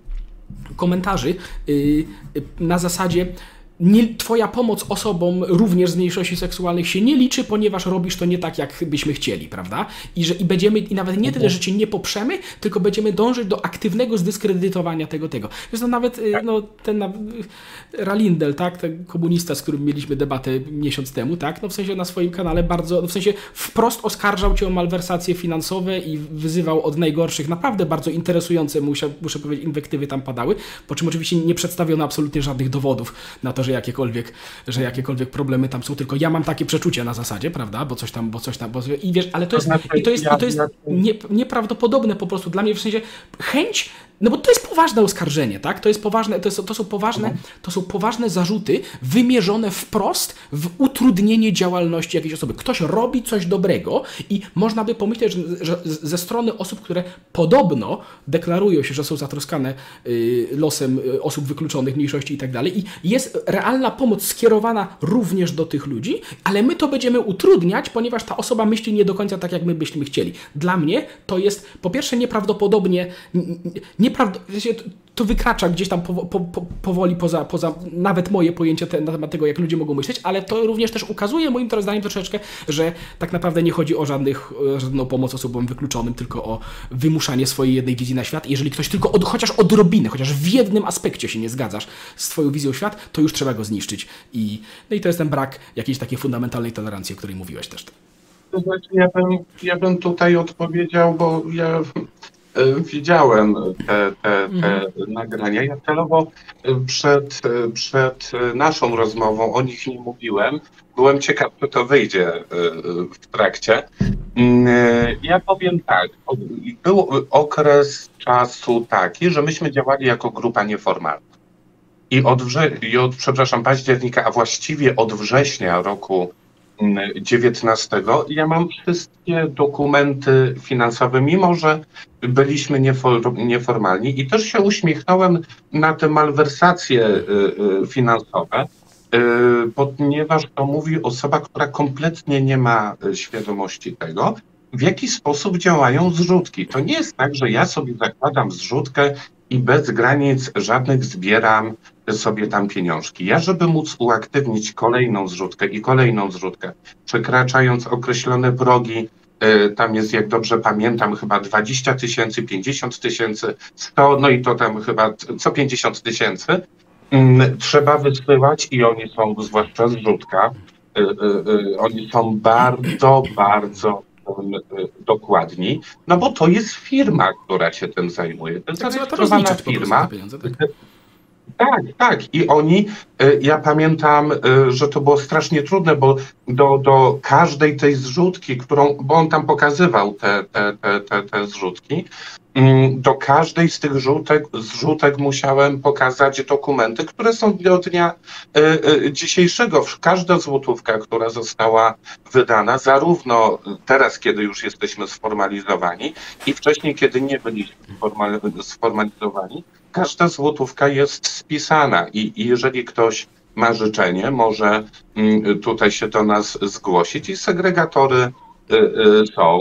komentarzy yy, na zasadzie nie, twoja pomoc osobom również z mniejszości seksualnych się nie liczy, ponieważ robisz to nie tak, jak byśmy chcieli, prawda? I że i będziemy, i nawet nie tyle, że cię nie poprzemy, tylko będziemy dążyć do aktywnego zdyskredytowania tego, tego. Zresztą nawet tak. no, ten Ralindel, tak, ten komunista, z którym mieliśmy debatę miesiąc temu, tak, no w sensie na swoim kanale bardzo, no w sensie wprost oskarżał cię o malwersacje finansowe i wyzywał od najgorszych, naprawdę bardzo interesujące, muszę, muszę powiedzieć, inwektywy tam padały, po czym oczywiście nie przedstawiono absolutnie żadnych dowodów na to, że jakiekolwiek, że jakiekolwiek problemy tam są, tylko ja mam takie przeczucie na zasadzie, prawda, bo coś tam, bo coś tam, bo, i wiesz, ale to jest, i to jest, i to jest nie, nieprawdopodobne po prostu dla mnie, w sensie chęć, no bo to jest poważne oskarżenie, tak, to jest poważne, to, jest, to są poważne, to są poważne zarzuty wymierzone wprost w utrudnienie działalności jakiejś osoby. Ktoś robi coś dobrego i można by pomyśleć, że, że ze strony osób, które podobno deklarują się, że są zatroskane y, losem y, osób wykluczonych, mniejszości i tak dalej, i jest realna pomoc skierowana również do tych ludzi, ale my to będziemy utrudniać, ponieważ ta osoba myśli nie do końca tak, jak my byśmy chcieli. Dla mnie to jest po pierwsze nieprawdopodobnie, nieprawd... to wykracza gdzieś tam po, po, po, powoli poza, poza nawet moje pojęcie te, na temat tego, jak ludzie mogą myśleć, ale to również też ukazuje moim to zdaniem troszeczkę, że tak naprawdę nie chodzi o żadnych, żadną pomoc osobom wykluczonym, tylko o wymuszanie swojej jednej wizji na świat. Jeżeli ktoś tylko od, chociaż odrobinę, chociaż w jednym aspekcie się nie zgadzasz z twoją wizją świat, to już trzeba go zniszczyć. I, no i to jest ten brak jakiejś takiej fundamentalnej tolerancji, o której mówiłeś też. To znaczy, ja bym, ja bym tutaj odpowiedział, bo ja widziałem te, te, te mhm. nagrania. Ja celowo przed, przed naszą rozmową o nich nie mówiłem. Byłem ciekaw, czy to wyjdzie w trakcie. Ja powiem tak, był okres czasu taki, że myśmy działali jako grupa nieformalna. I od, i od przepraszam, października, a właściwie od września roku dziewiętnastego ja mam wszystkie dokumenty finansowe, mimo że byliśmy niefor, nieformalni i też się uśmiechnąłem na te malwersacje y, y, finansowe, y, ponieważ to mówi osoba, która kompletnie nie ma świadomości tego, w jaki sposób działają zrzutki. To nie jest tak, że ja sobie zakładam zrzutkę i bez granic żadnych zbieram sobie tam pieniążki. Ja, żeby móc uaktywnić kolejną zrzutkę i kolejną zrzutkę, przekraczając określone progi, tam jest, jak dobrze pamiętam, chyba dwadzieścia tysięcy, pięćdziesiąt tysięcy, sto, no i to tam chyba co pięćdziesiąt tysięcy, trzeba wysyłać i oni są, zwłaszcza zrzutka, oni są bardzo, bardzo dokładni, no bo to jest firma, która się tym zajmuje. To jest tak, zarejestrowana firma. Pieniądze, tak? Tak, tak. I oni, ja pamiętam, że to było strasznie trudne, bo do, do każdej tej zrzutki, którą, bo on tam pokazywał te, te, te, te, te zrzutki, do każdej z tych zrzutek, zrzutek musiałem pokazać dokumenty, które są do dnia dzisiejszego. Każda złotówka, która została wydana, zarówno teraz, kiedy już jesteśmy sformalizowani i wcześniej, kiedy nie byliśmy sformalizowani, każda złotówka jest spisana i, i jeżeli ktoś ma życzenie, może tutaj się do nas zgłosić i segregatory są,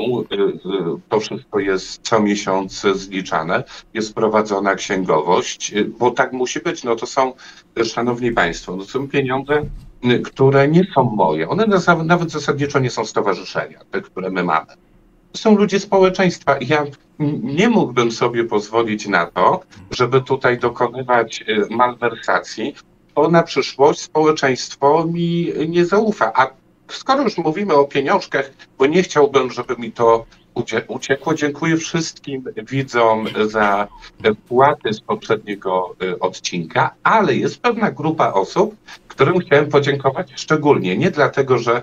to wszystko jest co miesiąc zliczane, jest prowadzona księgowość, bo tak musi być. No to są, szanowni państwo, to są pieniądze, które nie są moje. One nawet zasadniczo nie są stowarzyszenia, te, które my mamy. To są ludzie społeczeństwa i ja nie mógłbym sobie pozwolić na to, żeby tutaj dokonywać malwersacji, bo na przyszłość społeczeństwo mi nie zaufa. A skoro już mówimy o pieniążkach, bo nie chciałbym, żeby mi to uciekło, dziękuję wszystkim widzom za wpłaty z poprzedniego odcinka, ale jest pewna grupa osób, którym chciałem podziękować szczególnie. Nie dlatego, że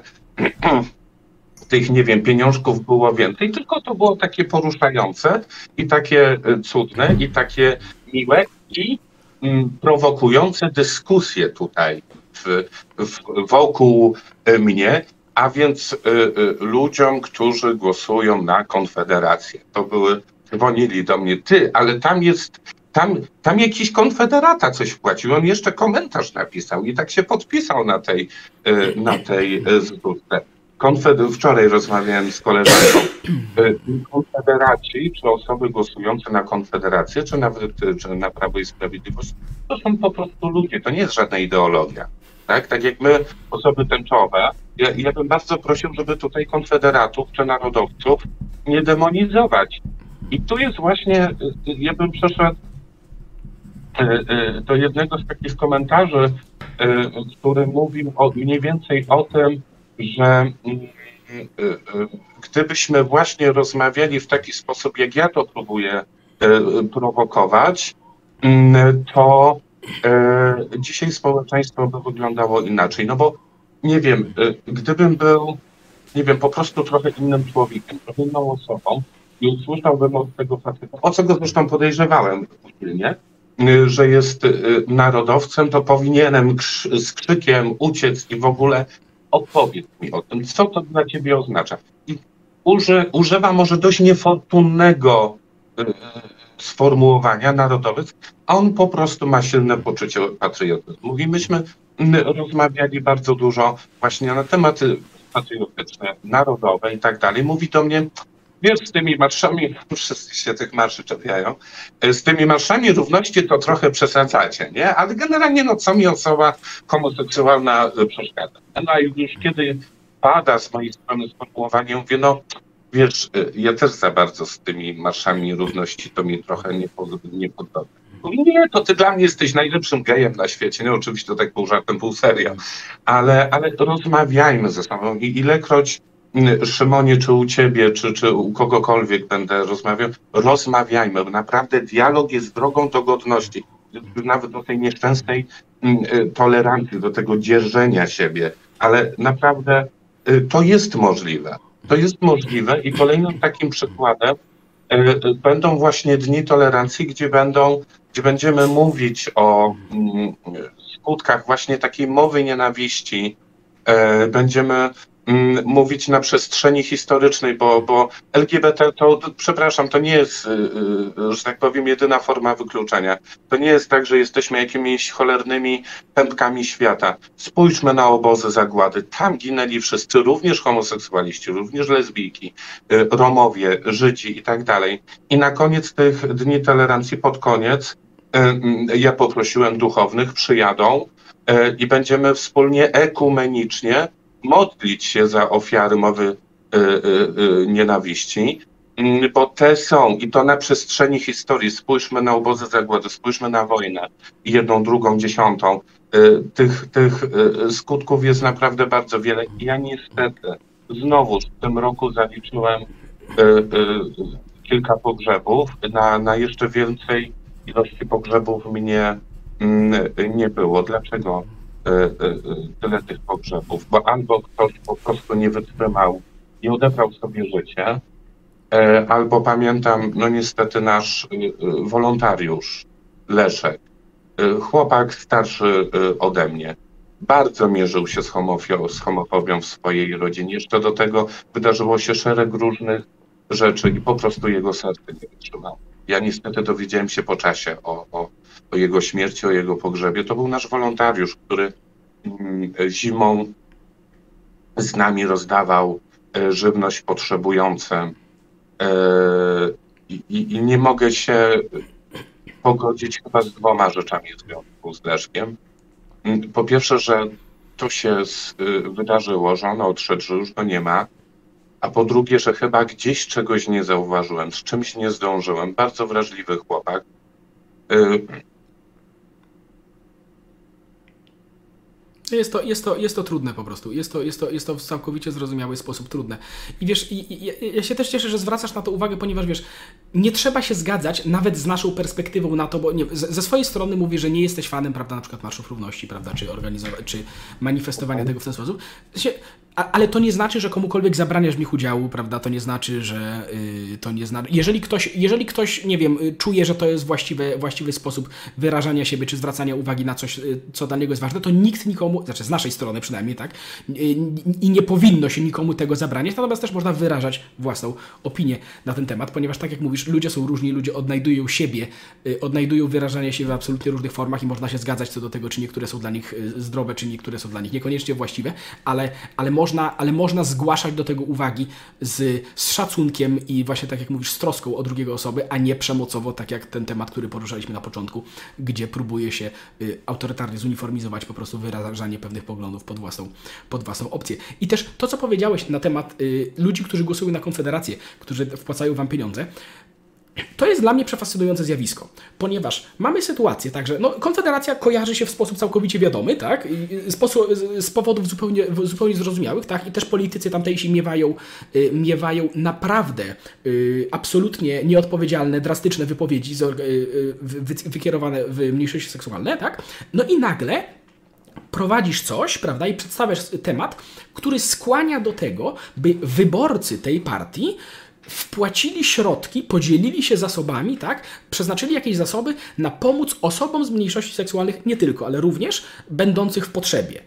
tych, nie wiem, pieniążków było więcej, tylko to było takie poruszające i takie cudne i takie miłe i mm, prowokujące dyskusje tutaj w, w, wokół mnie, a więc y, y, ludziom, którzy głosują na Konfederację. To były, dzwonili do mnie, ty, ale tam jest, tam, tam jakiś konfederata coś wpłacił, on jeszcze komentarz napisał i tak się podpisał na tej, y, na tej zrzutce. Konfeder- wczoraj rozmawiałem z koleżanką. Konfederaci, czy osoby głosujące na Konfederację, czy nawet czy na Prawo i Sprawiedliwość, to są po prostu ludzie, to nie jest żadna ideologia. Tak, tak jak my, osoby tęczowe, ja, ja bym bardzo prosił, żeby tutaj konfederatów czy narodowców nie demonizować. I tu jest właśnie, ja bym przeszedł do jednego z takich komentarzy, który mówił o, mniej więcej o tym, że gdybyśmy właśnie rozmawiali w taki sposób, jak ja to próbuję prowokować, to dzisiaj społeczeństwo by wyglądało inaczej. No bo nie wiem, gdybym był, nie wiem, po prostu trochę innym człowiekiem, trochę inną osobą i usłyszałbym od tego faceta, o co go zresztą podejrzewałem nie? Że jest narodowcem, to powinienem krz- z krzykiem uciec i w ogóle opowiedz mi o tym, co to dla ciebie oznacza. I uży, używa może dość niefortunnego y, sformułowania narodowiec, a on po prostu ma silne poczucie patriotyzmu. I myśmy y, rozmawiali bardzo dużo właśnie na tematy patriotyczne, narodowe i tak dalej. Mówi do mnie, wiesz, z tymi marszami, wszyscy się tych marszy czepiają, z tymi marszami równości to trochę przesadzacie, nie? Ale generalnie, no co mi osoba homoseksualna przeszkadza? No i już kiedy pada z mojej strony sformułowanie, mówię, no wiesz, ja też za bardzo z tymi marszami równości to mi trochę nie, pod, nie podoba. Nie, to ty dla mnie jesteś najlepszym gejem na świecie. Nie, oczywiście to tak pół żartem, pół serio. Ale, ale rozmawiajmy ze sobą i ilekroć Szymonie, czy u ciebie, czy, czy u kogokolwiek będę rozmawiał, rozmawiajmy. Naprawdę dialog jest drogą do godności. Nawet do tej nieszczęsnej tolerancji, do tego dzierżenia siebie. Ale naprawdę to jest możliwe. To jest możliwe i kolejnym takim przykładem będą właśnie dni tolerancji, gdzie będą, gdzie będziemy mówić o skutkach właśnie takiej mowy nienawiści. Będziemy mówić na przestrzeni historycznej, bo, bo L G B T to, przepraszam, to nie jest, że tak powiem, jedyna forma wykluczenia. To nie jest tak, że jesteśmy jakimiś cholernymi pępkami świata. Spójrzmy na obozy zagłady. Tam ginęli wszyscy, również homoseksualiści, również lesbijki, Romowie, Żydzi i tak dalej. I na koniec tych dni tolerancji, pod koniec, ja poprosiłem duchownych, przyjadą i będziemy wspólnie ekumenicznie modlić się za ofiary mowy y, y, y, nienawiści, y, bo te są i to na przestrzeni historii. Spójrzmy na obozy zagłady, spójrzmy na wojnę, jedną, drugą, dziesiątą. Y, tych, tych y, skutków jest naprawdę bardzo wiele. Ja niestety znowu w tym roku zaliczyłem y, y, kilka pogrzebów. Na, na jeszcze więcej ilości pogrzebów mnie y, nie było. Dlaczego tyle tych pogrzebów? Bo albo ktoś po prostu nie wytrzymał i odebrał sobie życie, albo pamiętam, no niestety nasz wolontariusz Leszek, chłopak starszy ode mnie, bardzo mierzył się z homofobią, z homofobią w swojej rodzinie. Jeszcze do tego wydarzyło się szereg różnych rzeczy i po prostu jego serce nie wytrzymało. Ja niestety dowiedziałem się po czasie o, o, o jego śmierci, o jego pogrzebie. To był nasz wolontariusz, który zimą z nami rozdawał żywność potrzebującym. I, i, i nie mogę się pogodzić chyba z dwoma rzeczami w związku z Leszkiem. Po pierwsze, że to się z, wydarzyło, że on odszedł, że już go nie ma. A po drugie, że chyba gdzieś czegoś nie zauważyłem, z czymś nie zdążyłem. Bardzo wrażliwy chłopak. Jest to, jest to, jest to trudne po prostu. Jest to, jest to, jest to w całkowicie zrozumiały sposób trudne. I wiesz, i, i, ja się też cieszę, że zwracasz na to uwagę, ponieważ wiesz, nie trzeba się zgadzać nawet z naszą perspektywą na to, bo nie, z, ze swojej strony mówię, że nie jesteś fanem, prawda, na przykład Marszów Równości, prawda, czy organizowania, czy manifestowania tego w ten sposób. Się, a, ale to nie znaczy, że komukolwiek zabraniasz w nich udziału, prawda, to nie znaczy, że yy, to nie znaczy. Jeżeli ktoś, jeżeli ktoś, nie wiem, czuje, że to jest właściwy, właściwy sposób wyrażania siebie, czy zwracania uwagi na coś, co dla niego jest ważne, to nikt nikomu, znaczy z naszej strony przynajmniej, tak, i nie powinno się nikomu tego zabraniać, natomiast też można wyrażać własną opinię na ten temat, ponieważ tak jak mówisz, ludzie są różni, ludzie odnajdują siebie, odnajdują wyrażanie się w absolutnie różnych formach i można się zgadzać co do tego, czy niektóre są dla nich zdrowe, czy niektóre są dla nich niekoniecznie właściwe, ale, ale, można, ale można zgłaszać do tego uwagi z, z szacunkiem i właśnie tak jak mówisz, z troską o drugiego osoby, a nie przemocowo, tak jak ten temat, który poruszaliśmy na początku, gdzie próbuje się y, autorytarnie zuniformizować po prostu wyrażanie pewnych poglądów pod własną, pod własną opcję. I też to, co powiedziałeś na temat y, ludzi, którzy głosują na Konfederację, którzy wpłacają wam pieniądze, to jest dla mnie przefascynujące zjawisko, ponieważ mamy sytuację, także no, Konfederacja kojarzy się w sposób całkowicie wiadomy, tak, z, posu, z powodów zupełnie, zupełnie zrozumiałych, tak, i też politycy tamtejsi miewają, y, miewają naprawdę y, absolutnie nieodpowiedzialne, drastyczne wypowiedzi z, y, y, wy, wykierowane w mniejszości seksualne, tak, no i nagle prowadzisz coś, prawda, i przedstawiasz temat, który skłania do tego, by wyborcy tej partii wpłacili środki, podzielili się zasobami, tak, przeznaczyli jakieś zasoby na pomoc osobom z mniejszości seksualnych, nie tylko, ale również będących w potrzebie.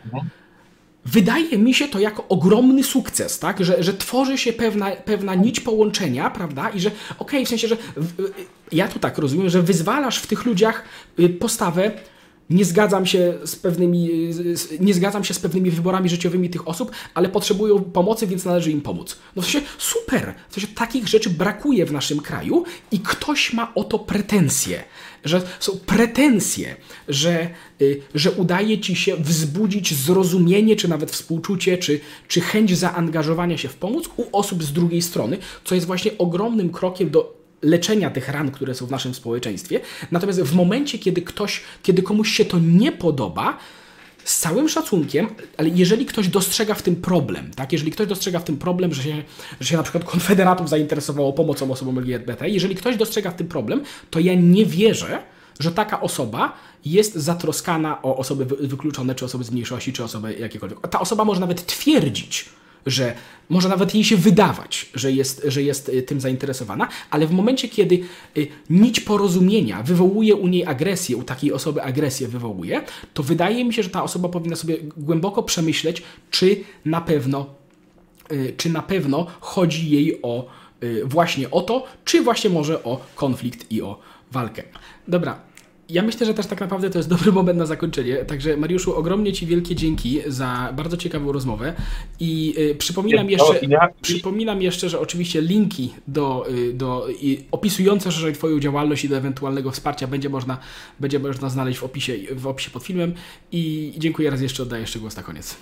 Wydaje mi się to jako ogromny sukces, tak, że, że tworzy się pewna, pewna nić połączenia, prawda, i że okej, okay, w sensie, że w, ja to tak rozumiem, że wyzwalasz w tych ludziach postawę, nie zgadzam się z pewnymi, nie zgadzam się z pewnymi wyborami życiowymi tych osób, ale potrzebują pomocy, więc należy im pomóc. No w sensie super, w sensie takich rzeczy brakuje w naszym kraju i ktoś ma o to pretensje, że są pretensje, że, że udaje ci się wzbudzić zrozumienie, czy nawet współczucie, czy, czy chęć zaangażowania się w pomoc u osób z drugiej strony, co jest właśnie ogromnym krokiem do leczenia tych ran, które są w naszym społeczeństwie. Natomiast w momencie, kiedy ktoś, kiedy komuś się to nie podoba, z całym szacunkiem, ale jeżeli ktoś dostrzega w tym problem, tak, jeżeli ktoś dostrzega w tym problem, że się, że się na przykład Konfederatów zainteresowało pomocą osobom L G B T, jeżeli ktoś dostrzega w tym problem, to ja nie wierzę, że taka osoba jest zatroskana o osoby wykluczone, czy osoby z mniejszości, czy osoby jakiekolwiek. Ta osoba może nawet twierdzić, że może nawet jej się wydawać, że jest, że jest tym zainteresowana, ale w momencie, kiedy nić porozumienia wywołuje u niej agresję, u takiej osoby agresję wywołuje, to wydaje mi się, że ta osoba powinna sobie głęboko przemyśleć, czy na pewno, czy na pewno chodzi jej o właśnie o to, czy właśnie może o konflikt i o walkę. Dobra. Ja myślę, że też tak naprawdę to jest dobry moment na zakończenie. Także Mariuszu, ogromnie Ci wielkie dzięki za bardzo ciekawą rozmowę i y, przypominam, jeszcze, ja... przypominam jeszcze, że oczywiście linki do, y, do y, opisujące szerzej Twoją działalność i do ewentualnego wsparcia będzie można, będzie można znaleźć w opisie, w opisie pod filmem i dziękuję raz jeszcze, oddaję jeszcze głos na koniec.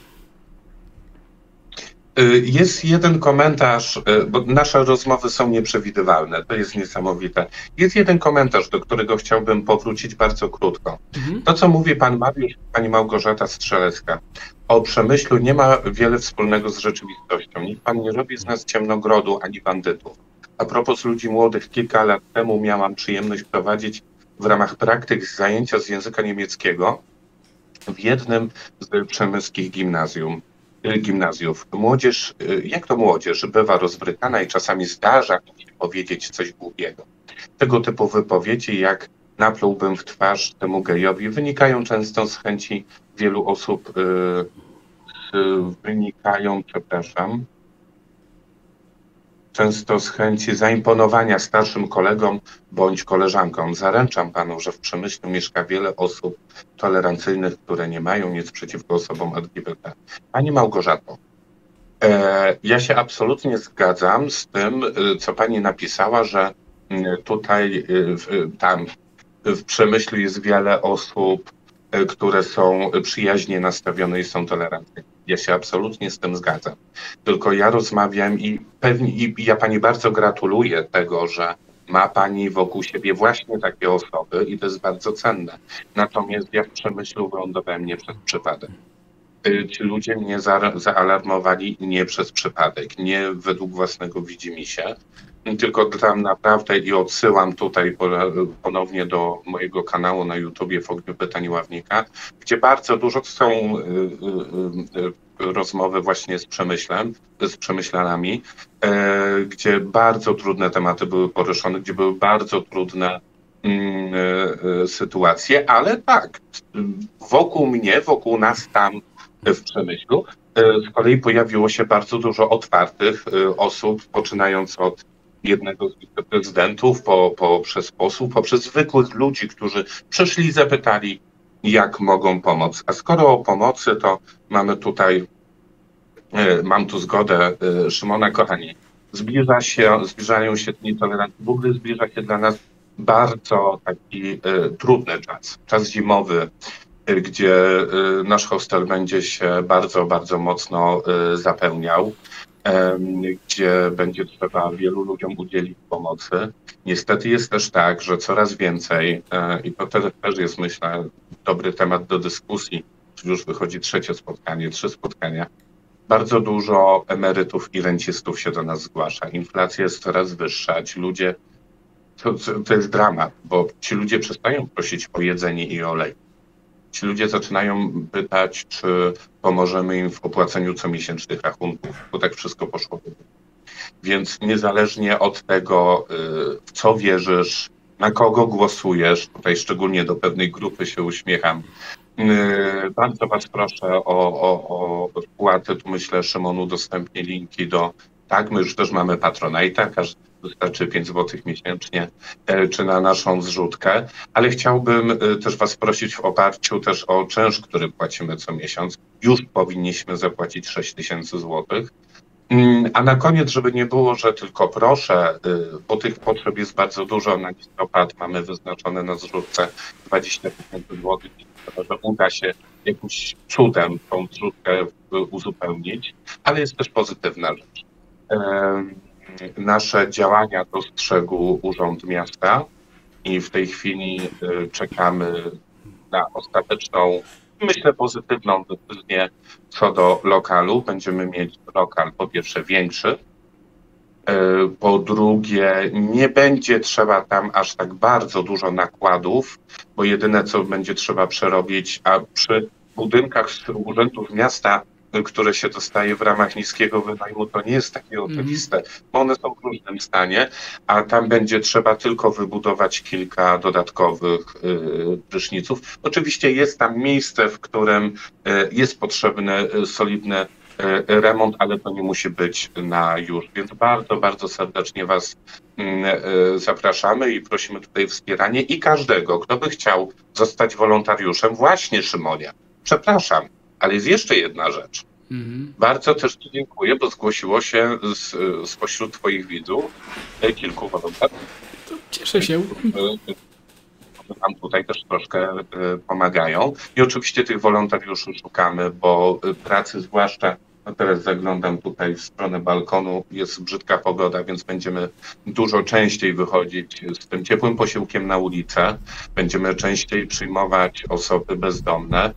Jest jeden komentarz, bo nasze rozmowy są nieprzewidywalne, to jest niesamowite. Jest jeden komentarz, do którego chciałbym powrócić bardzo krótko. Mhm. To, co mówi pan Mariusz, pani Małgorzata Strzelecka o Przemyślu, nie ma wiele wspólnego z rzeczywistością. Niech pan nie robi z nas ciemnogrodu ani bandytów. A propos ludzi młodych, kilka lat temu miałam przyjemność prowadzić w ramach praktyk zajęcia z języka niemieckiego w jednym z przemyskich gimnazjum. gimnazjów. Młodzież, jak to młodzież, bywa rozbrykana i czasami zdarza się powiedzieć coś głupiego. Tego typu wypowiedzi, jak naplułbym w twarz temu gejowi, wynikają często z chęci wielu osób, yy, yy, wynikają, przepraszam, często z chęci zaimponowania starszym kolegom bądź koleżankom. Zaręczam panu, że w Przemyślu mieszka wiele osób tolerancyjnych, które nie mają nic przeciwko osobom L G B T. Pani Małgorzato, e, ja się absolutnie zgadzam z tym, co pani napisała, że tutaj w, tam w Przemyślu jest wiele osób, które są przyjaźnie nastawione i są tolerancyjne. Ja się absolutnie z tym zgadzam. Tylko ja rozmawiam i pewnie i ja pani bardzo gratuluję tego, że ma pani wokół siebie właśnie takie osoby i to jest bardzo cenne. Natomiast ja w Przemyślu wylądowałem nie przez przypadek. Ci ludzie mnie za, zaalarmowali nie przez przypadek, nie według własnego widzimisię, tylko tam naprawdę i odsyłam tutaj ponownie do mojego kanału na YouTubie w Ogniu Pytań Ławnika, gdzie bardzo dużo są y, y, y, rozmowy właśnie z Przemyślem, z Przemyślanami, y, gdzie bardzo trudne tematy były poruszone, gdzie były bardzo trudne y, y, sytuacje, ale tak, wokół mnie, wokół nas tam w Przemyślu z kolei pojawiło się bardzo dużo otwartych osób, poczynając od jednego z wiceprezydentów, po, poprzez posłów, poprzez zwykłych ludzi, którzy przyszli i zapytali, jak mogą pomóc. A skoro o pomocy, to mamy tutaj, mam tu zgodę Szymona, kochani, zbliża się, zbliżają się dni tolerancji, w ogóle zbliża się dla nas bardzo taki trudny czas, czas zimowy, gdzie nasz hostel będzie się bardzo, bardzo mocno zapełniał, gdzie będzie trzeba wielu ludziom udzielić pomocy. Niestety jest też tak, że coraz więcej, i to też jest, myślę, dobry temat do dyskusji, już wychodzi trzecie spotkanie, trzy spotkania, bardzo dużo emerytów i rencistów się do nas zgłasza. Inflacja jest coraz wyższa, ci ludzie, to, to jest dramat, bo ci ludzie przestają prosić o jedzenie i olej. Ci ludzie zaczynają pytać, czy pomożemy im w opłaceniu comiesięcznych rachunków, bo tak wszystko poszło. Więc niezależnie od tego, w co wierzysz, na kogo głosujesz, tutaj szczególnie do pewnej grupy się uśmiecham, bardzo was proszę o, o, o wpłaty. Tu myślę, Szymon udostępni linki do, tak, my już też mamy Patronite'a, każdy wystarczy pięć złotych miesięcznie, czy na naszą zrzutkę, ale chciałbym też was prosić w oparciu też o czynsz, który płacimy co miesiąc. Już powinniśmy zapłacić sześć tysięcy złotych. A na koniec, żeby nie było, że tylko proszę, bo tych potrzeb jest bardzo dużo, na listopad mamy wyznaczone na zrzutce dwadzieścia tysięcy złotych, że uda się jakimś cudem tą zrzutkę uzupełnić, ale jest też pozytywna rzecz. Nasze działania dostrzegł Urząd Miasta i w tej chwili czekamy na ostateczną, myślę, pozytywną decyzję co do lokalu. Będziemy mieć lokal po pierwsze większy, po drugie nie będzie trzeba tam aż tak bardzo dużo nakładów, bo jedyne co będzie trzeba przerobić, a przy budynkach z urzędów miasta, które się dostaje w ramach niskiego wynajmu, to nie jest takie oczywiste, bo one są w różnym stanie, a tam będzie trzeba tylko wybudować kilka dodatkowych y, pryszniców. Oczywiście jest tam miejsce, w którym y, jest potrzebny y, solidny y, remont, ale to nie musi być na już, więc bardzo, bardzo serdecznie was y, y, zapraszamy i prosimy tutaj o wspieranie i każdego, kto by chciał zostać wolontariuszem, właśnie Szymonie, przepraszam, ale jest jeszcze jedna rzecz. Mhm. Bardzo też ci dziękuję, bo zgłosiło się z, spośród twoich widzów kilku wolontariuszy. Cieszę się. Nam tutaj też troszkę pomagają. I oczywiście tych wolontariuszy szukamy, bo pracy zwłaszcza, no teraz zaglądam tutaj w stronę balkonu, jest brzydka pogoda, więc będziemy dużo częściej wychodzić z tym ciepłym posiłkiem na ulicę. Będziemy częściej przyjmować osoby bezdomne.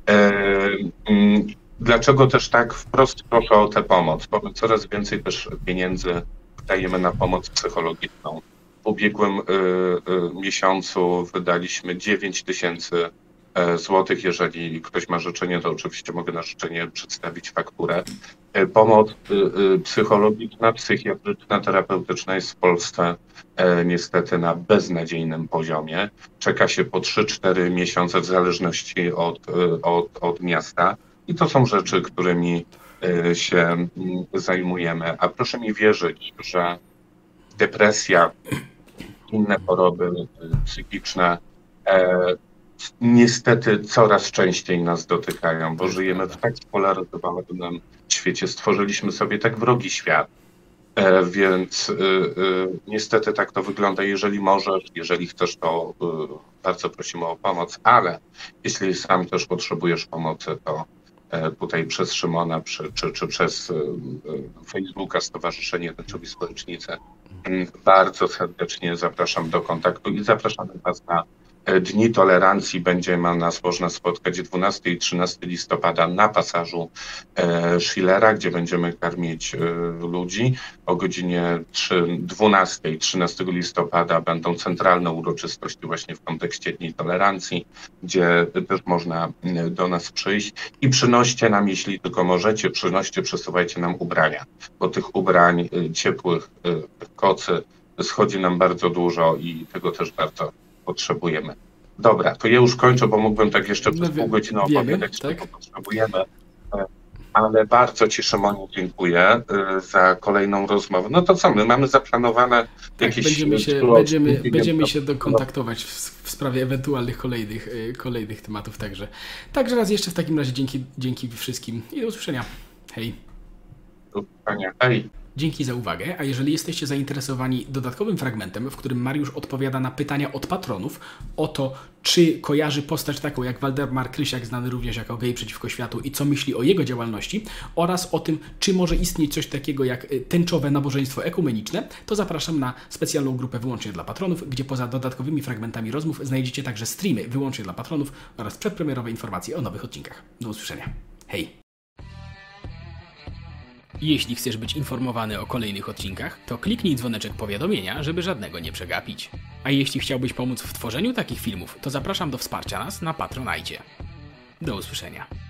Dlaczego też tak wprost proszę o tę pomoc? Bo my coraz więcej też pieniędzy dajemy na pomoc psychologiczną. W ubiegłym y, y, miesiącu wydaliśmy dziewięć tysięcy złotych. Jeżeli ktoś ma życzenie, to oczywiście mogę na życzenie przedstawić fakturę. Y, pomoc y, y, psychologiczna, psychiatryczna, terapeutyczna jest w Polsce y, niestety na beznadziejnym poziomie. Czeka się po trzy cztery miesiące w zależności od, y, od, od miasta. I to są rzeczy, którymi y, się y, zajmujemy. A proszę mi wierzyć, że depresja, inne choroby psychiczne e, niestety coraz częściej nas dotykają, bo żyjemy w tak spolaryzowanym świecie. Stworzyliśmy sobie tak wrogi świat, e, więc y, y, niestety tak to wygląda. Jeżeli możesz, jeżeli chcesz, to y, bardzo prosimy o pomoc, ale jeśli sam też potrzebujesz pomocy, to e, tutaj przez Szymona czy, czy, czy przez y, y, Facebooka Stowarzyszenie Tęczowi Społecznicy bardzo serdecznie zapraszam do kontaktu i zapraszamy was na Dni Tolerancji. Będzie nas można spotkać dwunastego i trzynastego listopada na pasażu Schillera, gdzie będziemy karmić ludzi. O godzinie dwunastej trzynastego listopada będą centralne uroczystości właśnie w kontekście Dni Tolerancji, gdzie też można do nas przyjść i przynoście nam, jeśli tylko możecie, przynoście, przesuwajcie nam ubrania, bo tych ubrań ciepłych, kocy schodzi nam bardzo dużo i tego też bardzo potrzebujemy. Dobra, to ja już kończę, bo mógłbym tak jeszcze przez pół godziny opowiadać, tak? czego potrzebujemy. Ale bardzo Ci, Szymonie, dziękuję y, za kolejną rozmowę. No to co, my mamy zaplanowane Tak, jakieś... będziemy się, trzy będziemy, odcinki, będziemy więc- się dokontaktować w, w sprawie ewentualnych kolejnych, y, kolejnych tematów także. Także raz jeszcze w takim razie dzięki, dzięki wszystkim i do usłyszenia. Hej. Panie, hej. Dzięki za uwagę, a jeżeli jesteście zainteresowani dodatkowym fragmentem, w którym Mariusz odpowiada na pytania od patronów o to, czy kojarzy postać taką jak Waldemar Krysiak, znany również jako gej przeciwko światu i co myśli o jego działalności oraz o tym, czy może istnieć coś takiego jak tęczowe nabożeństwo ekumeniczne, to zapraszam na specjalną grupę wyłącznie dla patronów, gdzie poza dodatkowymi fragmentami rozmów znajdziecie także streamy wyłącznie dla patronów oraz przedpremierowe informacje o nowych odcinkach. Do usłyszenia. Hej! Jeśli chcesz być informowany o kolejnych odcinkach, to kliknij dzwoneczek powiadomienia, żeby żadnego nie przegapić. A jeśli chciałbyś pomóc w tworzeniu takich filmów, to zapraszam do wsparcia nas na Patronite. Do usłyszenia.